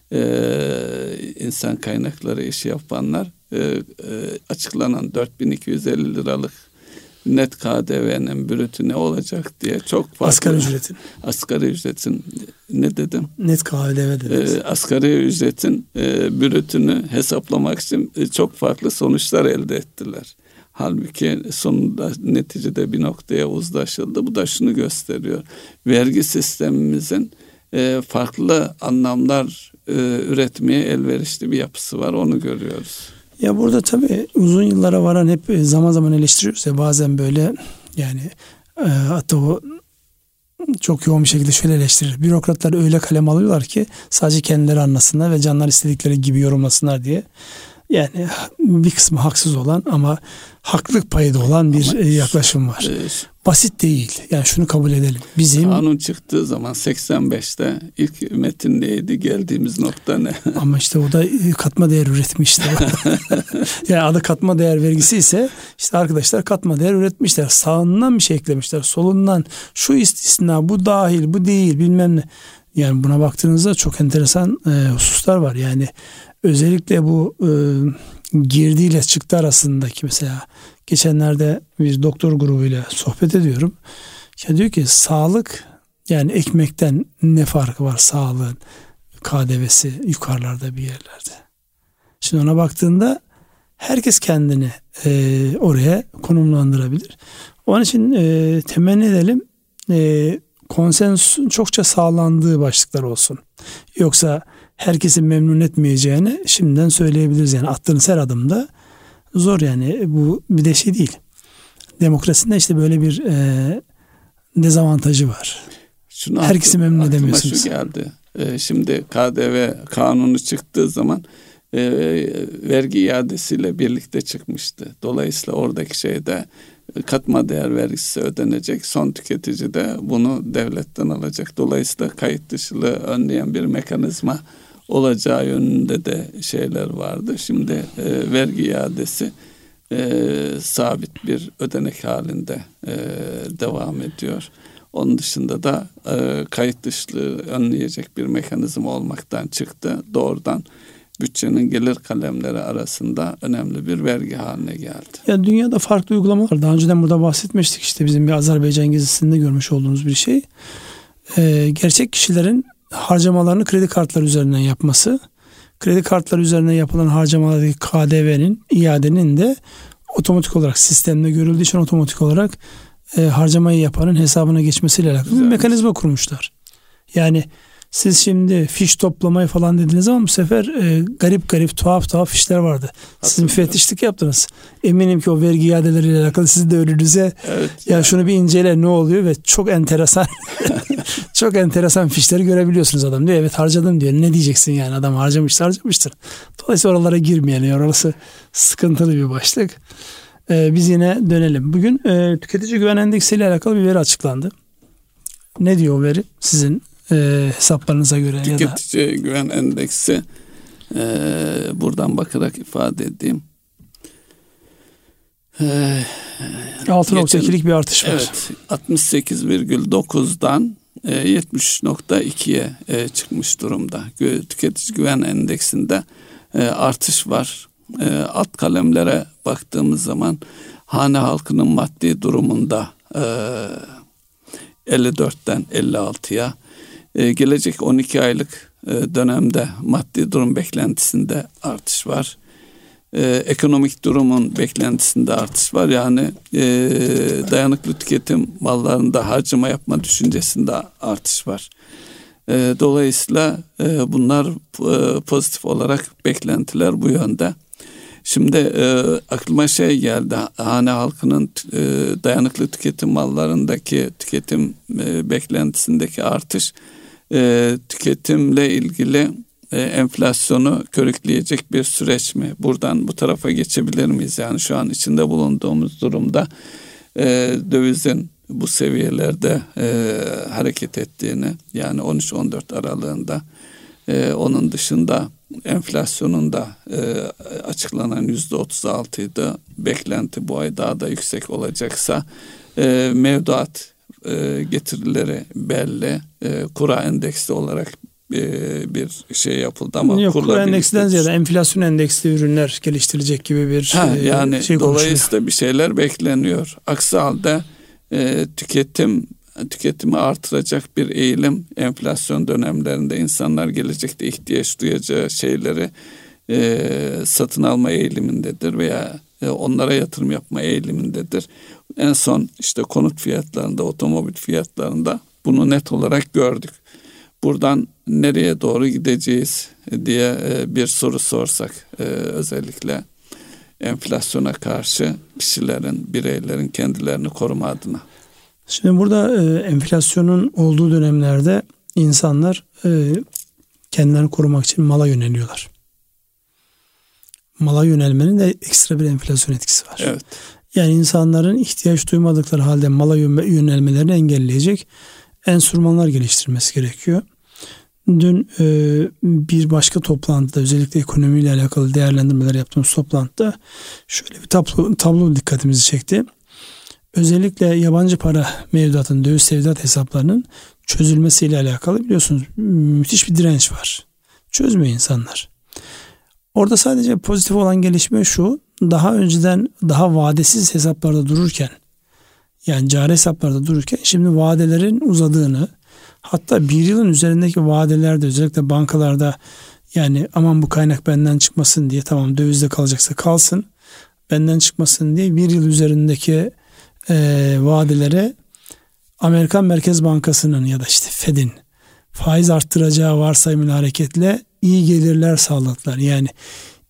insan kaynakları işi yapanlar açıklanan 4250 liralık net KDV'nin brütü ne olacak diye çok farklı. Asgari ücretin ne dedim? Net KDV dedim. Asgari ücretin brütünü hesaplamak için çok farklı sonuçlar elde ettiler. Halbuki sonunda neticede bir noktaya uzlaşıldı. Bu da şunu gösteriyor. Vergi sistemimizin farklı anlamlar üretmeye elverişli bir yapısı var. Onu görüyoruz. Ya burada tabii uzun yıllara varan hep zaman zaman eleştiriyoruz ya, bazen böyle yani hatta o çok yoğun bir şekilde şöyle eleştirir. Bürokratlar öyle kalem alıyorlar ki sadece kendileri anlasınlar ve canlar istedikleri gibi yorumlasınlar diye. Yani bir kısmı haksız olan ama haklılık payı da olan bir yaklaşım var. Basit değil. Yani şunu kabul edelim. Bizim kanun çıktığı zaman 85'te ilk metin neydi? Geldiğimiz nokta ne? Ama işte o da katma değer üretmişti. Yani adı katma değer vergisi ise işte arkadaşlar katma değer üretmişler. Sağından bir şey eklemişler. Solundan şu istisna, bu dahil, bu değil, bilmem ne. Yani buna baktığınızda çok enteresan hususlar var. Yani özellikle bu girdiyle çıktı arasındaki, mesela geçenlerde bir doktor grubuyla sohbet ediyorum. Ya diyor ki sağlık, yani ekmekten ne farkı var sağlığın? KDV'si yukarılarda bir yerlerde. Şimdi ona baktığında herkes kendini oraya konumlandırabilir. Onun için temenni edelim konsensüsün çokça sağlandığı başlıklar olsun. Yoksa herkesin memnun etmeyeceğini şimdiden söyleyebiliriz. Yani attığınız her adımda zor yani. Bu bir de şey değil. Demokrasinin işte böyle bir dezavantajı var. Herkesi memnun edemiyorsunuz. Şu geldi. Şimdi KDV kanunu çıktığı zaman vergi iadesiyle birlikte çıkmıştı. Dolayısıyla oradaki şeyde katma değer vergisi ödenecek. Son tüketici de bunu devletten alacak. Dolayısıyla kayıt dışılığı önleyen bir mekanizma olacağı yönünde de şeyler vardı. Şimdi vergi iadesi sabit bir ödenek halinde devam ediyor. Onun dışında da kayıt dışılığı önleyecek bir mekanizma olmaktan çıktı. Doğrudan bütçenin gelir kalemleri arasında önemli bir vergi haline geldi. Ya dünyada farklı uygulamalar. Daha önceden burada bahsetmiştik, işte bizim bir Azerbaycan gezisinde görmüş olduğumuz bir şey. Gerçek kişilerin harcamalarını kredi kartları üzerinden yapması, kredi kartları üzerinden yapılan harcamalardaki KDV'nin, iadenin de otomatik olarak sistemde görüldüğü için otomatik olarak harcamayı yapanın hesabına geçmesiyle alakalı bir mekanizma kurmuşlar. Yani siz şimdi fiş toplamayı falan dediniz ama bu sefer garip tuhaf fişler vardı. Siz müfettişlik yaptınız. Eminim ki o vergi iadeleriyle alakalı siz de önünüze ya şunu bir incele ne oluyor ve çok enteresan çok enteresan fişleri görebiliyorsunuz. Adam diyor evet harcadım diyor. Ne diyeceksin yani, adam harcamıştır. Dolayısıyla oralara girmeyelim. Orası sıkıntılı bir başlık. Biz yine dönelim. Bugün tüketici güven endeksi ile alakalı bir veri açıklandı. Ne diyor o veri sizin hesaplarınıza göre? Tüketici güven endeksi buradan bakarak ifade edeyim. 6.2'lik bir artış var. Evet, 68,9'dan 70.2'ye çıkmış durumda. Tüketici güven endeksinde artış var. Alt kalemlere baktığımız zaman hane halkının maddi durumunda 54'ten 56'ya, gelecek 12 aylık dönemde maddi durum beklentisinde artış var. Ekonomik durumun beklentisinde artış var. Yani dayanıklı tüketim mallarında harcama yapma düşüncesinde artış var. Dolayısıyla bunlar pozitif olarak beklentiler bu yönde. Şimdi aklıma şey geldi. Hane halkının dayanıklı tüketim mallarındaki tüketim beklentisindeki artış tüketimle ilgili enflasyonu körükleyecek bir süreç mi? Buradan bu tarafa geçebilir miyiz? Yani şu an içinde bulunduğumuz durumda dövizin bu seviyelerde hareket ettiğini, yani 13-14 aralığında, onun dışında enflasyonun da açıklanan %36'ydı. Beklenti bu ay daha da yüksek olacaksa mevduat getirileri belli. Kura endeksli olarak bir şey yapıldı ama yok, kura endeksiden ziyade enflasyon endeksli ürünler geliştirecek gibi bir yani şey dolayısıyla bir şeyler bekleniyor. Aksi halde tüketimi artıracak bir eğilim, enflasyon dönemlerinde insanlar gelecekte ihtiyaç duyacağı şeyleri satın alma eğilimindedir veya onlara yatırım yapma eğilimindedir. En son işte konut fiyatlarında, otomobil fiyatlarında bunu net olarak gördük. Buradan nereye doğru gideceğiz diye bir soru sorsak, özellikle enflasyona karşı kişilerin, bireylerin kendilerini koruma adına. Şimdi burada enflasyonun olduğu dönemlerde insanlar kendilerini korumak için mala yöneliyorlar. Mala yönelmenin de ekstra bir enflasyon etkisi var. Evet. Yani insanların ihtiyaç duymadıkları halde mala yönelmelerini engelleyecek enstrümanlar geliştirmesi gerekiyor. Dün bir başka toplantıda, özellikle ekonomiyle alakalı değerlendirmeler yaptığımız toplantıda şöyle bir tablo dikkatimizi çekti. Özellikle yabancı para mevduatının, döviz tevdiat hesaplarının çözülmesiyle alakalı biliyorsunuz müthiş bir direnç var. Çözmüyor insanlar. Orada sadece pozitif olan gelişme şu: daha önceden daha vadesiz hesaplarda dururken, yani cari hesaplarda dururken şimdi vadelerin uzadığını, hatta bir yılın üzerindeki vadelerde, özellikle bankalarda, yani aman bu kaynak benden çıkmasın diye, tamam dövizde kalacaksa kalsın, benden çıkmasın diye bir yıl üzerindeki vadelere Amerikan Merkez Bankası'nın ya da işte Fed'in faiz arttıracağı varsayımıyla hareketle iyi gelirler sağladılar. Yani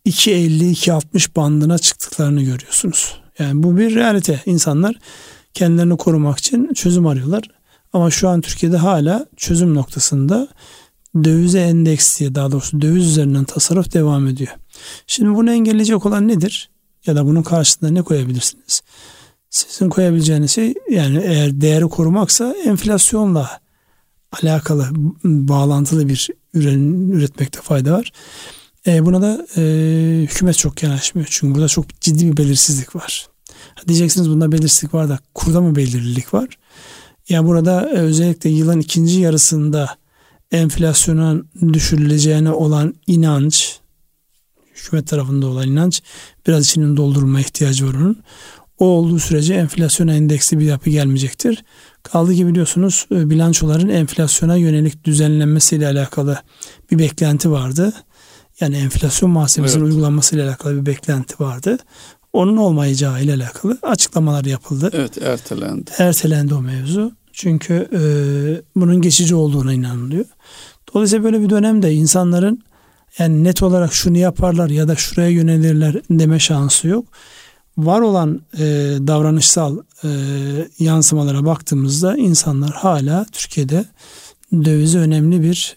2.50-2.60 bandına çıktıklarını görüyorsunuz. Yani bu bir realite. İnsanlar kendilerini korumak için çözüm arıyorlar. Ama şu an Türkiye'de hala çözüm noktasında dövize endeks diye, daha doğrusu döviz üzerinden tasarruf devam ediyor. Şimdi bunu engelleyecek olan nedir? Ya da bunun karşısında ne koyabilirsiniz? Sizin koyabileceğiniz şey, yani eğer değeri korumaksa enflasyonla alakalı bağlantılı bir ürün üretmekte fayda var. Buna da hükümet çok yanaşmıyor. Çünkü burada çok ciddi bir belirsizlik var. Diyeceksiniz bunda belirsizlik var da kurda mı belirlilik var? Yani burada özellikle yılın ikinci yarısında enflasyonun düşürüleceğine olan inanç, hükümet tarafında olan inanç, biraz içinin doldurulma ihtiyacı var onun. O olduğu sürece enflasyona endeksli bir yapı gelmeyecektir. Kaldı ki biliyorsunuz bilançoların enflasyona yönelik düzenlenmesiyle alakalı bir beklenti vardı. Yani enflasyon muhasebesinin uygulanmasıyla alakalı bir beklenti vardı. Onun olmayacağı ile alakalı açıklamalar yapıldı. Evet, ertelendi. Ertelendi o mevzu. Çünkü bunun geçici olduğuna inanılıyor. Dolayısıyla böyle bir dönemde insanların yani net olarak şunu yaparlar ya da şuraya yönelirler deme şansı yok. Var olan davranışsal yansımalara baktığımızda insanlar hala Türkiye'de dövizi önemli bir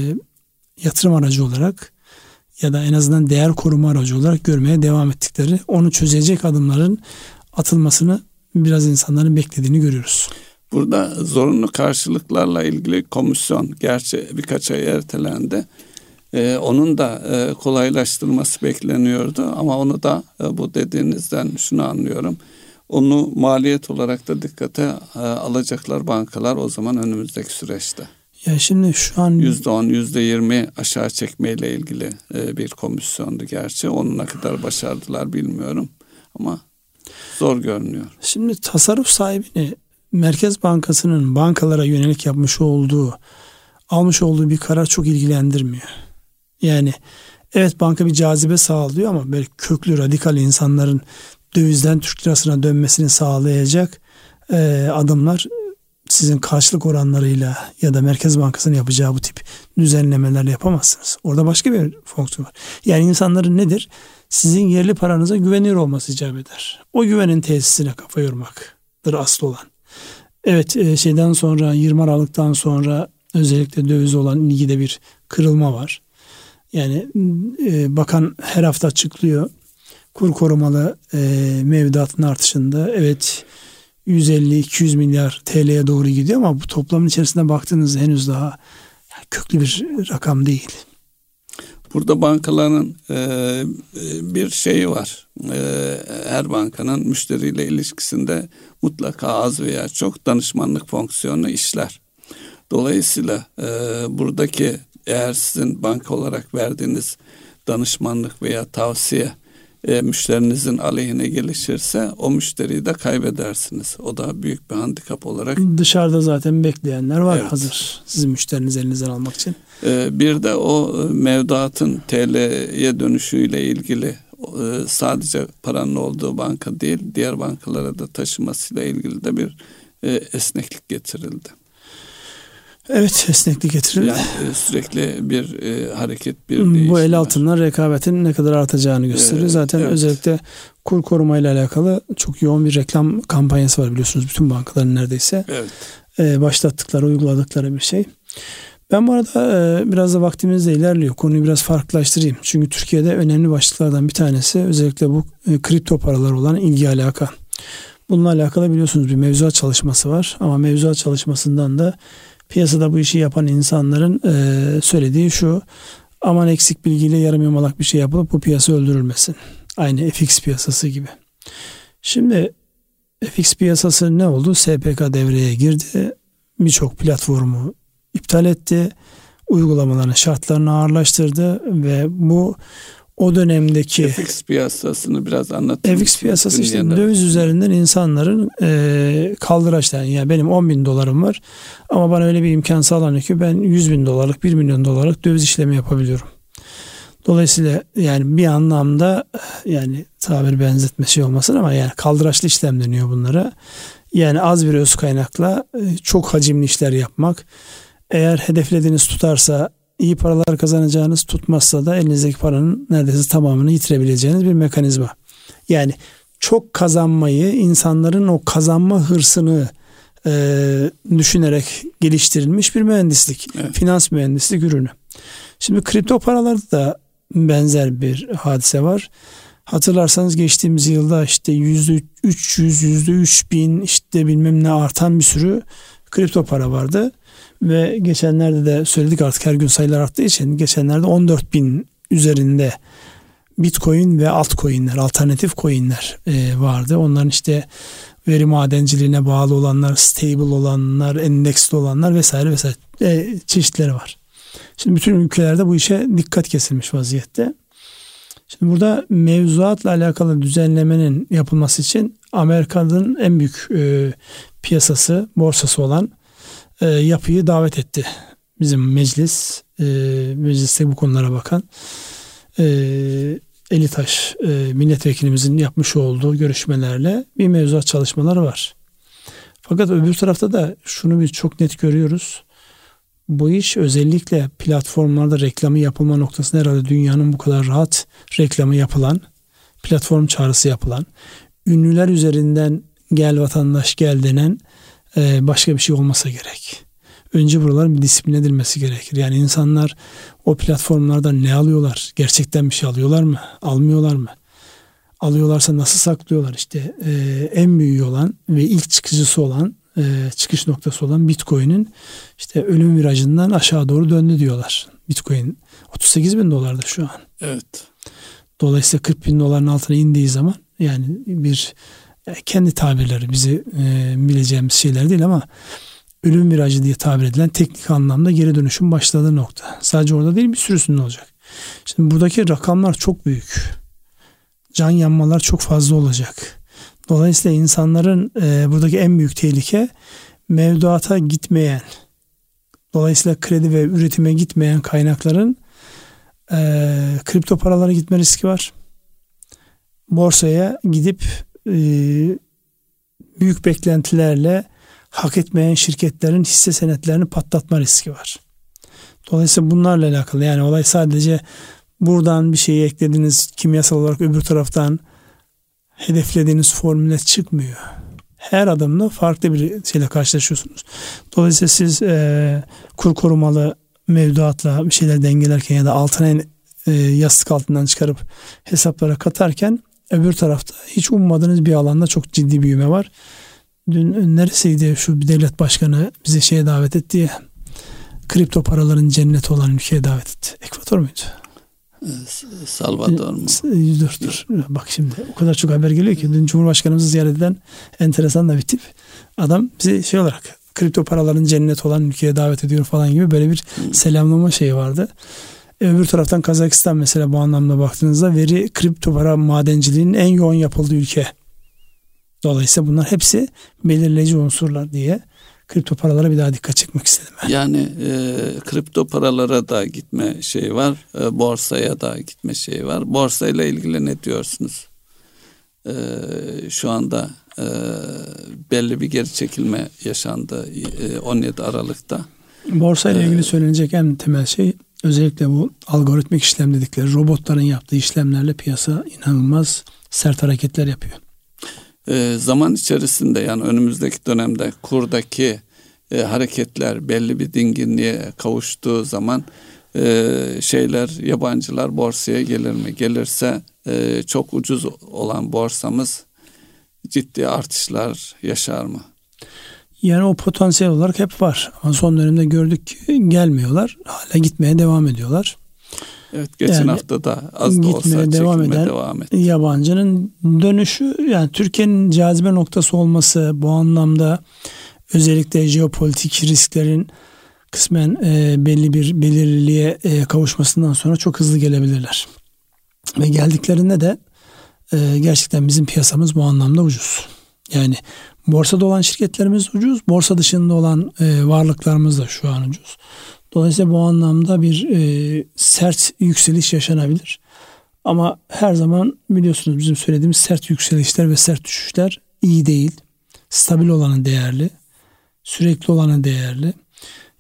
yatırım aracı olarak ya da en azından değer koruma aracı olarak görmeye devam ettikleri, onu çözecek adımların atılmasını biraz insanların beklediğini görüyoruz. Burada zorunlu karşılıklarla ilgili komisyon gerçi birkaç ay ertelendi. Onun da kolaylaştırılması bekleniyordu ama onu da bu dediğinizden şunu anlıyorum. Onu maliyet olarak da dikkate alacaklar bankalar o zaman önümüzdeki süreçte. Ya şimdi şu an %10, %20 aşağı çekmeyle ilgili bir komisyondu gerçi. Onu ne kadar başardılar bilmiyorum ama zor görünüyor. Şimdi tasarruf sahibini Merkez Bankası'nın bankalara yönelik almış olduğu bir karar çok ilgilendirmiyor. Yani evet banka bir cazibe sağlıyor ama böyle köklü radikal insanların dövizden Türk lirasına dönmesini sağlayacak adımlar sizin karşılık oranlarıyla ya da Merkez Bankası'nın yapacağı bu tip düzenlemelerle yapamazsınız. Orada başka bir fonksiyon var. Yani insanların nedir? Sizin yerli paranıza güveniyor olması icap eder. O güvenin tesisine kafa yormaktır asıl olan. Evet, şeyden sonra 20 Aralık'tan sonra özellikle döviz olan ilgide bir kırılma var. Yani bakan her hafta açıklıyor. Kur korumalı mevduatın artışında evet 150-200 milyar TL'ye doğru gidiyor ama bu toplamın içerisinde baktığınızda henüz daha köklü bir rakam değil. Burada bankaların bir şeyi var. Her bankanın müşteriyle ilişkisinde mutlaka az veya çok danışmanlık fonksiyonu işler. Dolayısıyla buradaki eğer sizin banka olarak verdiğiniz danışmanlık veya tavsiye müşterinizin aleyhine gelişirse o müşteriyi de kaybedersiniz. O da büyük bir handikap olarak. Dışarıda zaten bekleyenler var, evet, hazır sizin müşterinizi elinizden almak için. Bir de o mevduatın TL'ye dönüşüyle ilgili sadece paranın olduğu banka değil, diğer bankalara da taşımasıyla ilgili de bir esneklik getirildi. Evet, esneklik getirildi. Yani sürekli bir hareket, bir değişim. Bu el altından rekabetin ne kadar artacağını gösteriyor. Zaten evet, özellikle kur korumayla alakalı çok yoğun bir reklam kampanyası var biliyorsunuz. Bütün bankaların neredeyse başlattıkları, uyguladıkları bir şey. Ben bu arada biraz da vaktimiz de ilerliyor. Konuyu biraz farklılaştırayım. Çünkü Türkiye'de önemli başlıklardan bir tanesi özellikle bu kripto paralar olan ilgi alaka. Bununla alakalı biliyorsunuz bir mevzuat çalışması var. Ama mevzuat çalışmasından da piyasada bu işi yapan insanların söylediği şu: aman eksik bilgiyle yarım yamalak bir şey yapılıp bu piyasa öldürülmesin. Aynı FX piyasası gibi. Şimdi FX piyasası ne oldu? SPK devreye girdi. Birçok platformu iptal etti. Uygulamaların şartlarını ağırlaştırdı ve bu o dönemdeki FX piyasasını biraz anlatayım. FX piyasası işte döviz üzerinden insanların kaldıraçlarını, yani benim 10.000 dolarım var ama bana öyle bir imkan sağlanıyor ki ben 100.000 dolarlık 1 milyon dolarlık döviz işlemi yapabiliyorum. Dolayısıyla yani bir anlamda yani tabir benzetmesi olmasın ama yani kaldıraçlı işlem deniyor bunlara. Yani az bir öz kaynakla çok hacimli işler yapmak. Eğer hedeflediğiniz tutarsa iyi paralar kazanacağınız, tutmazsa da elinizdeki paranın neredeyse tamamını yitirebileceğiniz bir mekanizma. Yani çok kazanmayı, insanların o kazanma hırsını düşünerek geliştirilmiş bir mühendislik. Evet. Finans mühendislik ürünü. Şimdi kripto paralarda da benzer bir hadise var. Hatırlarsanız geçtiğimiz yılda işte %300, %3000 işte bilmem ne artan bir sürü kripto para vardı. Ve geçenlerde de söyledik, artık her gün sayılar arttığı için geçenlerde 14.000 üzerinde Bitcoin ve altcoin'ler, alternatif coin'ler vardı. Onların işte veri madenciliğine bağlı olanlar, stable olanlar, endeksli olanlar vesaire vesaire çeşitleri var. Şimdi bütün ülkelerde bu işe dikkat kesilmiş vaziyette. Şimdi burada mevzuatla alakalı düzenlemenin yapılması için Amerika'nın en büyük piyasası, borsası olan yapıyı davet etti. Bizim mecliste bu konulara bakan Elitaş milletvekilimizin yapmış olduğu görüşmelerle bir mevzuat çalışmaları var. Fakat öbür tarafta da şunu biz çok net görüyoruz. Bu iş özellikle platformlarda reklamı yapılma noktasında herhalde dünyanın bu kadar rahat reklamı yapılan, platform çağrısı yapılan, ünlüler üzerinden gel vatandaş gel denen başka bir şey olmasa gerek. Önce buraların bir disiplin edilmesi gerekir. Yani insanlar o platformlardan ne alıyorlar? Gerçekten bir şey alıyorlar mı? Almıyorlar mı? Alıyorlarsa nasıl saklıyorlar? İşte en büyüğü olan ve ilk çıkıcısı olan, çıkış noktası olan Bitcoin'in işte ölüm virajından aşağı doğru döndü diyorlar. Bitcoin 38.000 şu an. Evet. Dolayısıyla 40.000 altına indiği zaman, yani bir kendi tabirleri, bizi bileceğimiz şeyler değil ama ölüm virajı diye tabir edilen teknik anlamda geri dönüşüm başladığı nokta. Sadece orada değil, bir sürüsünde olacak. Şimdi buradaki rakamlar çok büyük. Can yanmalar çok fazla olacak. Dolayısıyla insanların buradaki en büyük tehlike mevduata gitmeyen, dolayısıyla kredi ve üretime gitmeyen kaynakların kripto paralara gitme riski var. Borsaya gidip büyük beklentilerle hak etmeyen şirketlerin hisse senetlerini patlatma riski var. Dolayısıyla bunlarla alakalı, yani olay sadece buradan bir şeyi eklediniz, kimyasal olarak öbür taraftan hedeflediğiniz formüle çıkmıyor. Her adımda farklı bir şeyle karşılaşıyorsunuz. Dolayısıyla siz kur korumalı mevduatla bir şeyler dengelerken ya da altına yastık altından çıkarıp hesaplara katarken öbür tarafta hiç ummadığınız bir alanda çok ciddi büyüme var. Dün neresiydi, şu bir devlet başkanı bizi şeye davet etti ya, kripto paraların cenneti olan ülkeye davet etti. Ekvador muydu? Salvador mu? Dur. Bak şimdi o kadar çok haber geliyor ki, dün Cumhurbaşkanımızı ziyaret eden enteresan da bir tip. Adam bizi şey olarak kripto paraların cenneti olan ülkeye davet ediyor falan gibi böyle bir selamlama şeyi vardı. Öbür taraftan Kazakistan mesela bu anlamda baktığınızda kripto para madenciliğinin en yoğun yapıldığı ülke. Dolayısıyla bunlar hepsi belirleyici unsurlar diye kripto paralara bir daha dikkat çekmek istedim ben. Yani kripto paralara da gitme şeyi var, borsaya da gitme şeyi var. Borsayla ilgili ne diyorsunuz? Şu anda belli bir geri çekilme yaşandı 17 Aralık'ta. Borsayla ilgili söylenecek en temel şey, özellikle bu algoritmik işlem dedikleri robotların yaptığı işlemlerle piyasa inanılmaz sert hareketler yapıyor. Zaman içerisinde, yani önümüzdeki dönemde kurdaki hareketler belli bir dinginliğe kavuştuğu zaman yabancılar borsaya gelir mi? Gelirse çok ucuz olan borsamız ciddi artışlar yaşar mı? Yani o potansiyel olarak hep var. Ama son dönemde gördük ki gelmiyorlar. Hala gitmeye devam ediyorlar. Evet, geçen hafta da az da olsa çekilme devam etti. Yabancının dönüşü, yani Türkiye'nin cazibe noktası olması bu anlamda, özellikle jeopolitik risklerin kısmen belli bir belirliliğe kavuşmasından sonra çok hızlı gelebilirler. Ve geldiklerinde de gerçekten bizim piyasamız bu anlamda ucuz. Yani borsada olan şirketlerimiz ucuz, borsa dışında olan varlıklarımız da şu an ucuz. Dolayısıyla bu anlamda bir sert yükseliş yaşanabilir. Ama her zaman biliyorsunuz bizim söylediğimiz sert yükselişler ve sert düşüşler iyi değil. Stabil olanı değerli, sürekli olanı değerli.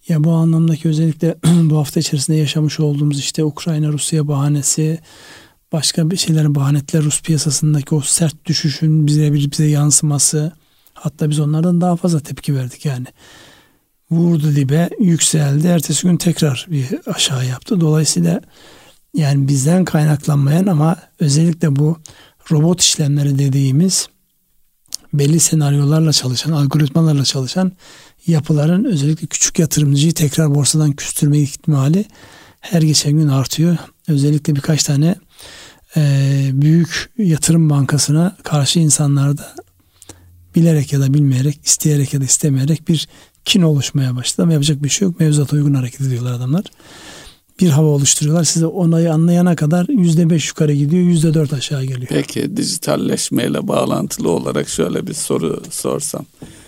Ya bu anlamdaki özellikle bu hafta içerisinde yaşamış olduğumuz işte Ukrayna-Rusya bahanesi, başka bir şeylerin bahanetler, Rus piyasasındaki o sert düşüşün bize yansıması, hatta biz onlardan daha fazla tepki verdik yani. Vurdu dibe, yükseldi, ertesi gün tekrar bir aşağı yaptı. Dolayısıyla yani bizden kaynaklanmayan ama özellikle bu robot işlemleri dediğimiz belli senaryolarla çalışan, algoritmalarla çalışan yapıların özellikle küçük yatırımcıyı tekrar borsadan küstürme ihtimali her geçen gün artıyor. Özellikle birkaç tane büyük yatırım bankasına karşı insanlarda bilerek ya da bilmeyerek, isteyerek ya da istemeyerek bir kin oluşmaya başladı. Ama yapacak bir şey yok. Mevzuata uygun hareket ediyorlar adamlar. Bir hava oluşturuyorlar. Size onayı anlayana kadar %5 yukarı gidiyor, %4 aşağı geliyor. Peki dijitalleşmeyle bağlantılı olarak şöyle bir soru sorsam.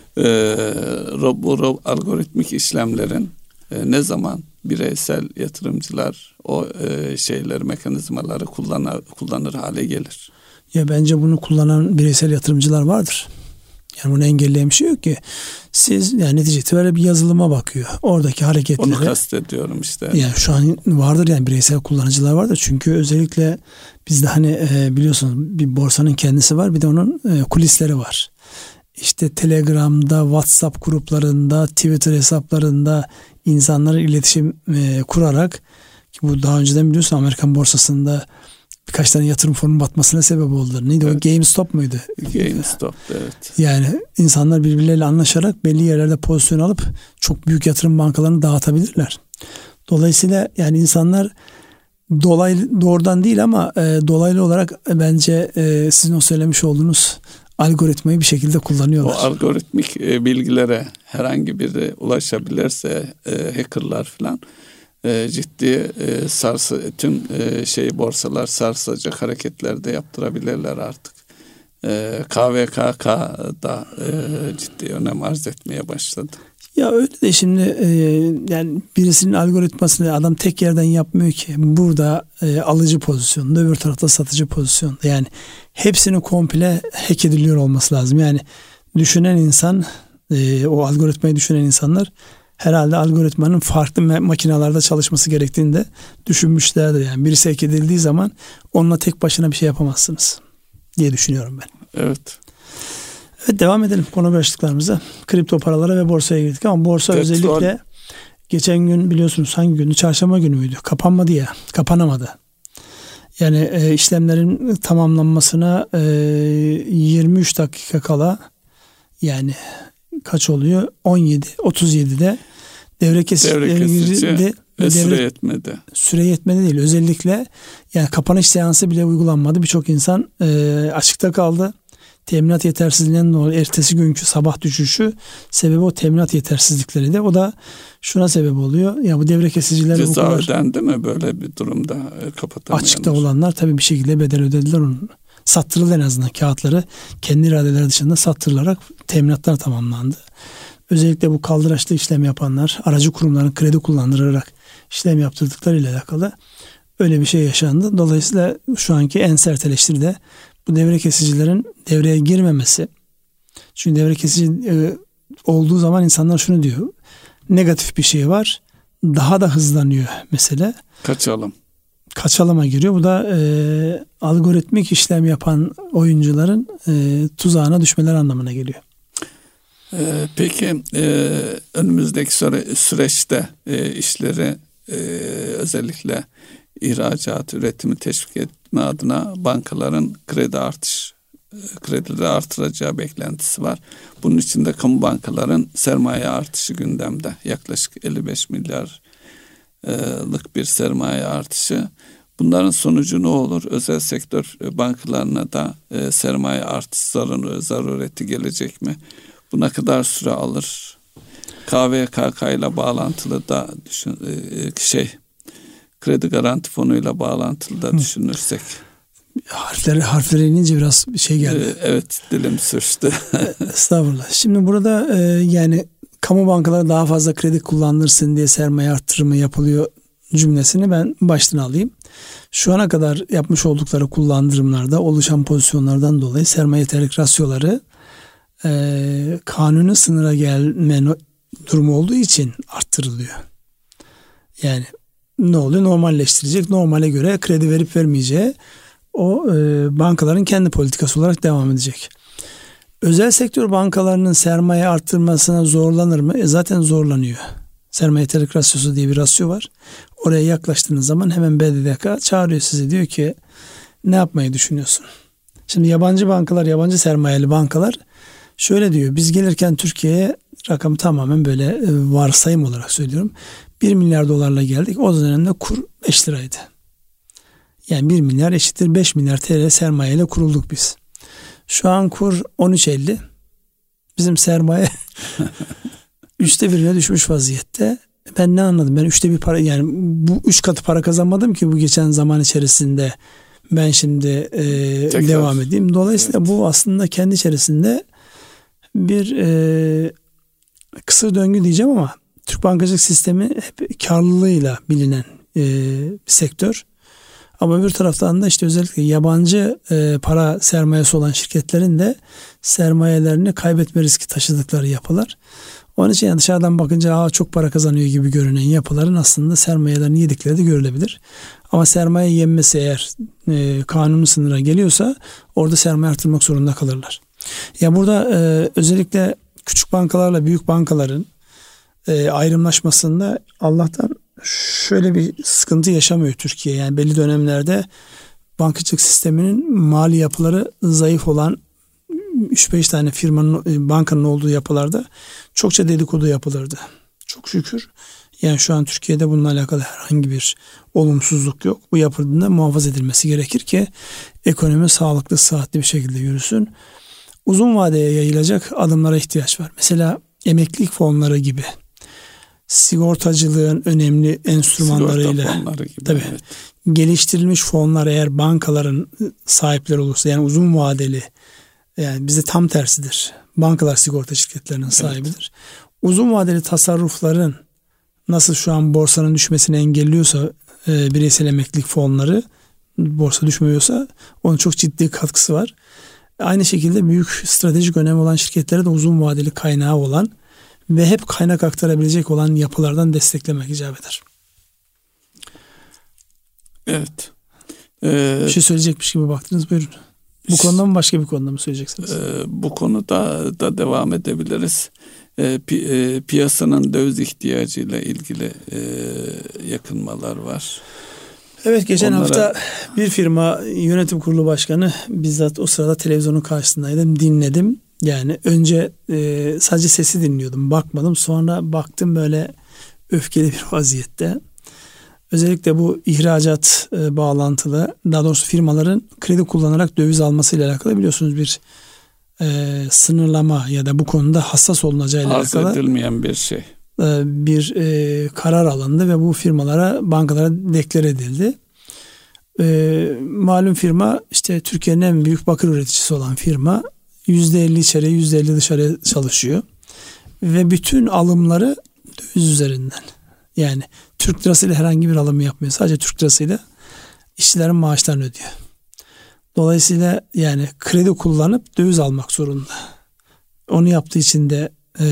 Bu algoritmik işlemlerin ne zaman bireysel yatırımcılar o mekanizmaları kullanır hale gelir? Ya bence bunu kullanan bireysel yatırımcılar vardır. Yani bunu engelleyen bir şey yok ki. Siz yani neticede böyle bir yazılıma bakıyor. Oradaki hareketleri. Onu kastediyorum işte. Yani şu an vardır yani bireysel kullanıcılar vardır. Çünkü özellikle bizde hani biliyorsunuz bir borsanın kendisi var, bir de onun kulisleri var. İşte Telegram'da, WhatsApp gruplarında, Twitter hesaplarında insanların iletişim kurarak, ki bu daha önceden biliyorsun Amerikan borsasında birkaç tane yatırım fonunun batmasına sebep oldu. Neydi evet. O? GameStop muydu? GameStop, evet. Yani insanlar birbirleriyle anlaşarak belli yerlerde pozisyon alıp çok büyük yatırım bankalarını dağıtabilirler. Dolayısıyla yani insanlar doğrudan değil ama dolaylı olarak bence sizin o söylemiş olduğunuz algoritmayı bir şekilde kullanıyorlar. O algoritmik bilgilere herhangi biri ulaşabilirse hackerlar falan ciddi tüm borsalar sarsacak hareketler de yaptırabilirler artık. KVKK da ciddi önem arz etmeye başladı. Ya öyle de şimdi yani birisinin algoritmasını adam tek yerden yapmıyor ki. Burada alıcı pozisyonda, öbür tarafta satıcı pozisyonda. Yani hepsini komple hack ediliyor olması lazım. Yani düşünen insan, o algoritmayı düşünen insanlar herhalde algoritmanın farklı makinalarda çalışması gerektiğini de düşünmüşlerdir. Yani birisi hack edildiği zaman onunla tek başına bir şey yapamazsınız diye düşünüyorum ben. Evet. Evet, devam edelim konu başlıklarımıza. Kripto paralara ve borsaya girdik ama borsa özellikle geçen gün biliyorsunuz hangi gündü? Çarşamba günü müydü? Kapanmadı ya. Kapanamadı. Yani işlemlerin tamamlanmasına 23 dakika kala, yani kaç oluyor? 37'de devre kesici ve süre yetmedi. Süre yetmedi değil. Özellikle yani kapanış seansı bile uygulanmadı. Birçok insan açıkta kaldı. Teminat yetersizliğinden dolayı ertesi günkü sabah düşüşü sebebi o teminat yetersizlikleriydi. O da şuna sebep oluyor. Ya bu devre kesicileri ceza bu kadar ödendi mi böyle bir durumda kapatamayanlar? Açıkta olanlar tabii bir şekilde bedel ödediler onun. Sattırıldı en azından kağıtları. Kendi iradeleri dışında sattırılarak teminatlar tamamlandı. Özellikle bu kaldıraçlı işlem yapanlar, aracı kurumların kredi kullandırarak işlem yaptırdıklarıyla alakalı öyle bir şey yaşandı. Dolayısıyla şu anki en sert eleştiri de bu devre kesicilerin devreye girmemesi. Çünkü devre kesici olduğu zaman insanlar şunu diyor. Negatif bir şey var. Daha da hızlanıyor mesele. Kaçalıma giriyor. Bu da algoritmik işlem yapan oyuncuların tuzağına düşmeler anlamına geliyor. Peki önümüzdeki süreçte işleri özellikle ihracat, üretimi teşvik etme adına bankaların kredileri artıracağı beklentisi var. Bunun için de kamu bankaların sermaye artışı gündemde. Yaklaşık 55 milyarlık bir sermaye artışı. Bunların sonucu ne olur? Özel sektör bankalarına da sermaye artışı zarureti gelecek mi? Bu ne kadar süre alır? KVKK ile bağlantılı da kredi garanti fonuyla bağlantılı da düşünürsek. Harflere inince biraz şey geldi. Evet, dilim sürçtü. Estağfurullah. Şimdi burada yani kamu bankaları daha fazla kredi kullanırsın diye sermaye arttırımı yapılıyor cümlesini ben baştan alayım. Şu ana kadar yapmış oldukları kullandırımlarda oluşan pozisyonlardan dolayı sermaye yeterlilik rasyoları kanuni sınıra durumu olduğu için arttırılıyor. Yani ne oluyor? Normalleştirecek. Normale göre kredi verip vermeyeceği o bankaların kendi politikası olarak devam edecek. Özel sektör bankalarının sermaye arttırmasına zorlanır mı? Zaten zorlanıyor. Sermaye yeterlilik rasyosu diye bir rasyo var. Oraya yaklaştığınız zaman hemen BDDK çağırıyor sizi. Diyor ki ne yapmayı düşünüyorsun? Şimdi yabancı bankalar, yabancı sermayeli bankalar şöyle diyor. Biz gelirken Türkiye'ye rakamı tamamen böyle varsayım olarak söylüyorum. 1 milyar dolarla geldik. O dönemde kur 5 liraydı. Yani 1 milyar eşittir 5 milyar TL sermayeyle kurulduk biz. Şu an kur 13.50. Bizim sermaye 1/3'üne düşmüş vaziyette. Ben ne anladım? Ben 1/3 para, yani bu 3 katı para kazanmadım ki bu geçen zaman içerisinde. Ben şimdi devam edeyim. Dolayısıyla evet, bu aslında kendi içerisinde bir kısır döngü diyeceğim ama Türk bankacılık sistemi hep karlılığıyla bilinen bir sektör. Ama bir taraftan da işte özellikle yabancı para sermayesi olan şirketlerin de sermayelerini kaybetme riski taşıdıkları yapılar. Onun için yani dışarıdan bakınca çok para kazanıyor gibi görünen yapıların aslında sermayelerini yedikleri de görülebilir. Ama sermaye yenmesi eğer kanuni sınıra geliyorsa orada sermaye artırmak zorunda kalırlar. Ya burada özellikle küçük bankalarla büyük bankaların ayrımlaşmasında Allah'tan şöyle bir sıkıntı yaşamıyor Türkiye. Yani belli dönemlerde bankacılık sisteminin mali yapıları zayıf olan 3-5 tane firmanın, bankanın olduğu yapılarda çokça dedikodu yapılırdı. Çok şükür. Yani şu an Türkiye'de bununla alakalı herhangi bir olumsuzluk yok. Bu yapının da muhafaza edilmesi gerekir ki ekonomi sağlıklı, sıhhatli bir şekilde yürüsün. Uzun vadeye yayılacak adımlara ihtiyaç var. Mesela emeklilik fonları gibi. Sigortacılığın önemli enstrümanlarıyla tabii, evet, geliştirilmiş fonlar eğer bankaların sahipleri olursa, yani uzun vadeli, yani bizde tam tersidir. Bankalar sigorta şirketlerinin sahibidir. Evet. Uzun vadeli tasarrufların nasıl şu an borsanın düşmesini engelliyorsa bireysel emeklilik fonları, borsa düşmüyorsa onun çok ciddi katkısı var. Aynı şekilde büyük stratejik önemi olan şirketlere de uzun vadeli kaynağı olan ve hep kaynak aktarabilecek olan yapılardan desteklemek icap eder. Evet. Bir şey söyleyecekmiş gibi baktınız, buyurun. Bu konuda mı başka bir konuda mı söyleyeceksiniz? Bu konuda da devam edebiliriz. Piyasanın döviz ihtiyacıyla ilgili yakınmalar var. Evet, geçen hafta bir firma yönetim kurulu başkanı, bizzat o sırada televizyonun karşısındaydım, dinledim. Yani önce sadece sesi dinliyordum, bakmadım. Sonra baktım böyle öfkeli bir vaziyette. Özellikle bu ihracat bağlantılı, daha doğrusu firmaların kredi kullanarak döviz almasıyla alakalı biliyorsunuz bir sınırlama ya da bu konuda hassas olunacağıyla alakalı arz edilmeyen bir şey. Bir karar alındı ve bu firmalara, bankalara deklar edildi. Malum firma işte Türkiye'nin en büyük bakır üreticisi olan firma, %50 içeri %50 dışarı çalışıyor. Ve bütün alımları döviz üzerinden. Yani Türk lirasıyla herhangi bir alım yapmıyor. Sadece Türk lirasıyla işçilerin maaşlarını ödüyor. Dolayısıyla yani kredi kullanıp döviz almak zorunda. Onu yaptığı için de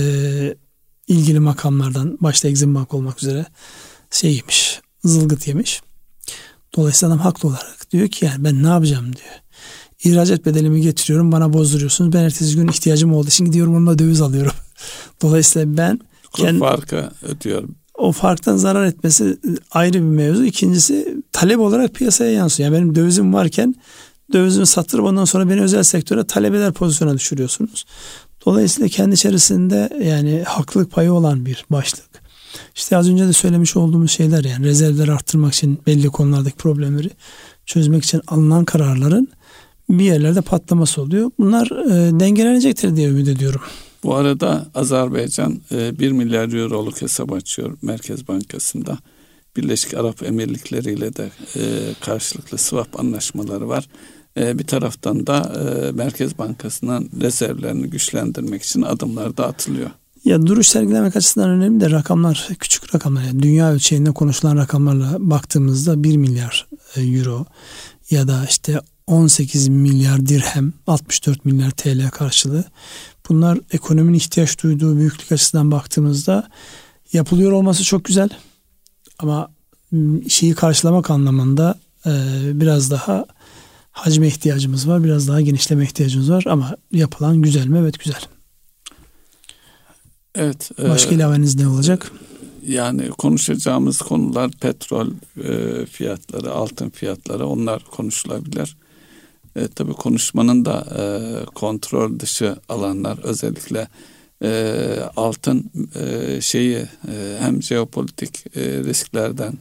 ilgili makamlardan başta Exim Bank olmak üzere yemiş, zılgıt yemiş. Dolayısıyla adam haklı olarak diyor ki yani ben ne yapacağım diyor. İhracat bedelimi getiriyorum, bana bozduruyorsunuz. Ben ertesi gün ihtiyacım olduğu için gidiyorum onunla döviz alıyorum. Dolayısıyla ben farkı ödüyorum. O farktan zarar etmesi ayrı bir mevzu. İkincisi talep olarak piyasaya yansıyor. Yani benim dövizim varken dövizimi sattırıp ondan sonra beni özel sektöre talep eder pozisyona düşürüyorsunuz. Dolayısıyla kendi içerisinde yani haklılık payı olan bir başlık. İşte az önce de söylemiş olduğumuz şeyler, yani rezervleri arttırmak için belli konulardaki problemleri çözmek için alınan kararların bir yerlerde patlaması oluyor. Bunlar dengelenecektir diye ümit ediyorum. Bu arada Azerbaycan 1 milyar euroluk hesap açıyor Merkez Bankası'nda. Birleşik Arap Emirlikleri ile de karşılıklı swap anlaşmaları var. Bir taraftan da Merkez Bankası'nın rezervlerini güçlendirmek için adımlar da atılıyor. Ya duruş sergilemek açısından önemli de rakamlar küçük rakamlar. Yani dünya ölçeğinde konuşulan rakamlarla baktığımızda 1 milyar euro ya da işte 18 milyar dirhem, 64 milyar TL karşılığı Bunlar ekonominin ihtiyaç duyduğu büyüklük açısından baktığımızda yapılıyor olması çok güzel. Ama şeyi karşılamak anlamında biraz daha hacme ihtiyacımız var. Biraz daha genişleme ihtiyacımız var. Ama yapılan güzel mi? Evet, güzel. Evet. Başka ilaveniz ne olacak? Yani konuşacağımız konular petrol fiyatları, altın fiyatları, onlar konuşulabilir. Tabii konuşmanın da kontrol dışı alanlar, özellikle altın hem jeopolitik risklerden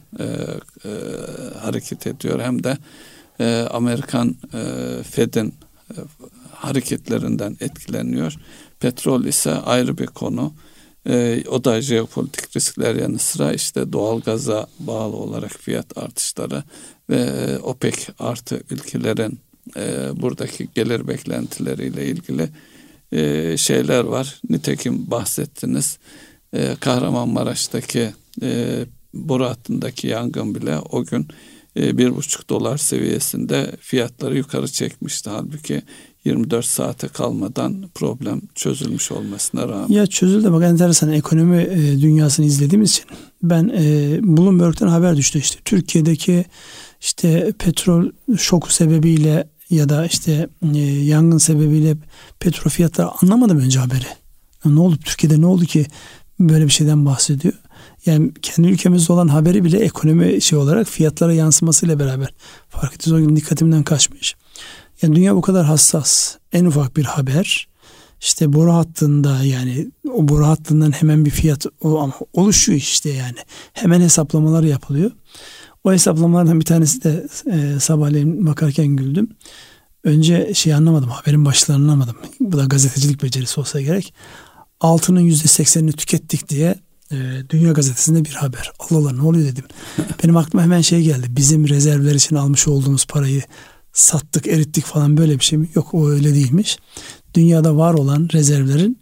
hareket ediyor, hem de Amerikan Fed'in hareketlerinden etkileniyor. Petrol ise ayrı bir konu. O da jeopolitik riskler yanı sıra işte doğalgaza bağlı olarak fiyat artışları ve OPEC artı ülkelerin buradaki gelir beklentileriyle ilgili şeyler var. Nitekim bahsettiniz. Kahramanmaraş'taki boru hattındaki yangın bile o gün $1,5 seviyesinde fiyatları yukarı çekmişti. Halbuki 24 saate kalmadan problem çözülmüş olmasına rağmen. Ya çözüldü, bak enteresan, ekonomi dünyasını izlediğimiz için ben Bloomberg'den haber düştü, işte Türkiye'deki işte petrol şoku sebebiyle ya da işte yangın sebebiyle petrol fiyatları, anlamadım önce haberi. Ne oldu Türkiye'de, ne oldu ki böyle bir şeyden bahsediyor. Yani kendi ülkemizde olan haberi bile ekonomi olarak fiyatlara yansımasıyla beraber fark ettiniz, o gün dikkatimden kaçmış. Yani dünya bu kadar hassas. En ufak bir haber, işte boru hattında, yani o boru hattından hemen bir fiyat oluşuyor işte yani. Hemen hesaplamalar yapılıyor. O hesaplamalardan bir tanesi de sabahleyin bakarken güldüm. Önce anlamadım, haberin başlarını anlamadım. Bu da gazetecilik becerisi olsa gerek. Altının %80'ini tükettik diye Dünya Gazetesi'nde bir haber. Allah Allah, ne oluyor dedim. Benim aklıma hemen geldi. Bizim rezervler için almış olduğumuz parayı sattık, erittik falan, böyle bir şey mi? Yok, o öyle değilmiş. Dünyada var olan rezervlerin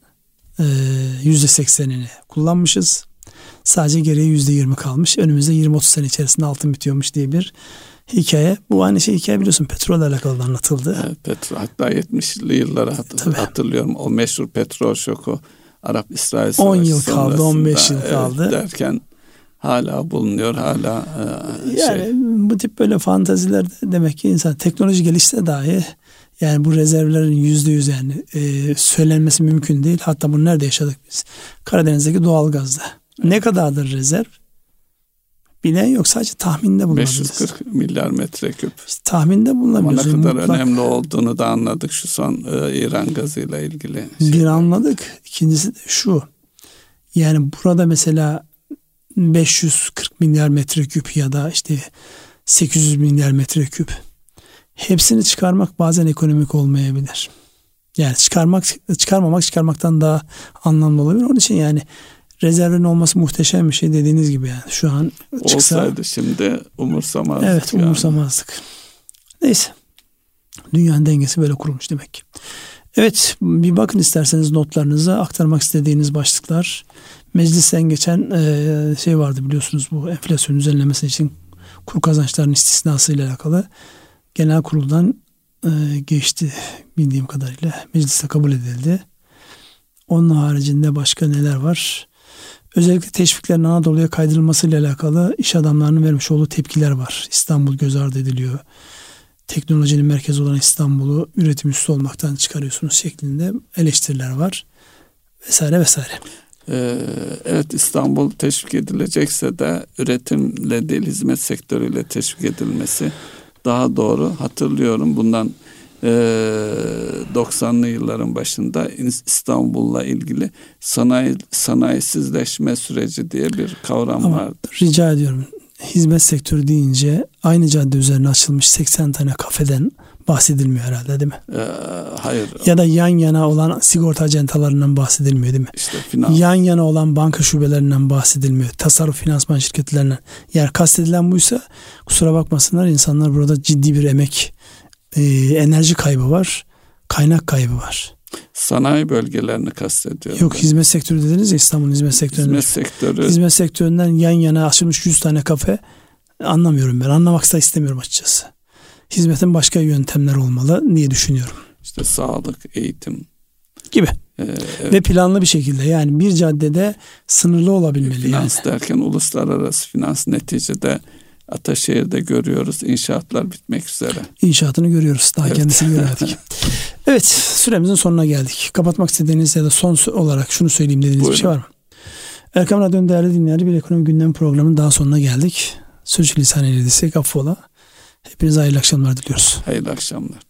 %80'ini kullanmışız. Sadece geriye %20 kalmış. Önümüzde 20-30 sene içerisinde altın bitiyormuş diye bir hikaye. Bu aynı hikaye biliyorsun petrolle alakalı da anlatıldı. Evet, petrol, hatta 70'li yılları hatırlıyorum. O meşhur petrol şoku, Arap-İsrail Savaşı 10 yıl kaldı, 15 yıl kaldı. Derken hala bulunuyor, hala yani bu tip böyle fantaziler demek ki insan, teknoloji gelişse dahi yani bu rezervlerin %100 yani söylenmesi mümkün değil. Hatta bunu nerede yaşadık biz? Karadeniz'deki doğalgazda. Ne kadardır rezerv? Bilen yok, sadece tahminde bulunabiliriz. 540 milyar metreküp. İşte tahminde bulunabiliriz. Ama ne kadar önemli olduğunu da anladık şu son İran gazıyla ilgili. Bir anladık. İkincisi de şu. Yani burada mesela 540 milyar metreküp ya da işte 800 milyar metreküp, hepsini çıkarmak bazen ekonomik olmayabilir. Yani çıkarmaktan daha anlamlı olabilir. Onun için yani rezervin olması muhteşem bir şey, dediğiniz gibi yani. Şu an çıksa, olsaydı şimdi umursamazdık. Evet, umursamazdık. Neyse. Dünyanın dengesi böyle kurulmuş demek ki. Evet, bir bakın isterseniz notlarınıza, aktarmak istediğiniz başlıklar. Meclisten geçen vardı biliyorsunuz, bu enflasyon düzenlemesi için kur kazançlarının istisnası ile alakalı genel kuruldan geçti bildiğim kadarıyla. Mecliste kabul edildi. Onun haricinde başka neler var? Özellikle teşviklerin Anadolu'ya kaydırılması ile alakalı iş adamlarının vermiş olduğu tepkiler var. İstanbul göz ardı ediliyor. Teknolojinin merkezi olan İstanbul'u üretim üssü olmaktan çıkarıyorsunuz şeklinde eleştiriler var. Vesaire vesaire. Evet, İstanbul teşvik edilecekse de üretimle değil, hizmet sektörüyle teşvik edilmesi daha doğru. Hatırlıyorum bundan 90'lı yılların başında İstanbul'la ilgili sanayisizleşme süreci diye bir kavram vardı. Rica ediyorum, hizmet sektörü deyince aynı cadde üzerine açılmış 80 tane kafeden bahsedilmiyor herhalde, değil mi? Hayır. Ya da yan yana olan sigorta acentalarından bahsedilmiyor, değil mi? İşte finans. Yan yana olan banka şubelerinden bahsedilmiyor. Tasarruf finansman şirketlerinden. Eğer kastedilen buysa kusura bakmasınlar, insanlar burada ciddi bir emek, enerji kaybı var. Kaynak kaybı var. Sanayi bölgelerini kastediyorum. Yok, hizmet sektörü dediniz ya, İstanbul'un hizmet sektöründen. Hizmet sektöründen yan yana açılmış 100 tane kafe, anlamıyorum ben. Anlamak da istemiyorum açıkçası. Hizmetin başka yöntemleri olmalı diye düşünüyorum. İşte sağlık, eğitim gibi. Ve planlı bir şekilde, yani bir caddede sınırlı olabilmeli. Finans derken uluslararası finans, neticede Ataşehir'de görüyoruz, inşaatlar bitmek üzere. İnşaatını görüyoruz. Daha kendisini göremedik. Evet, süremizin sonuna geldik. Kapatmak istediğiniz ya da son olarak şunu söyleyeyim dediğiniz bir şey var mı? Erkam Radyo'nun değerli dinleyenleri, bir ekonomi gündemi programının daha sonuna geldik. Sürçülisan eylediysek affola. Hepinize hayırlı akşamlar diliyoruz. Hayırlı akşamlar.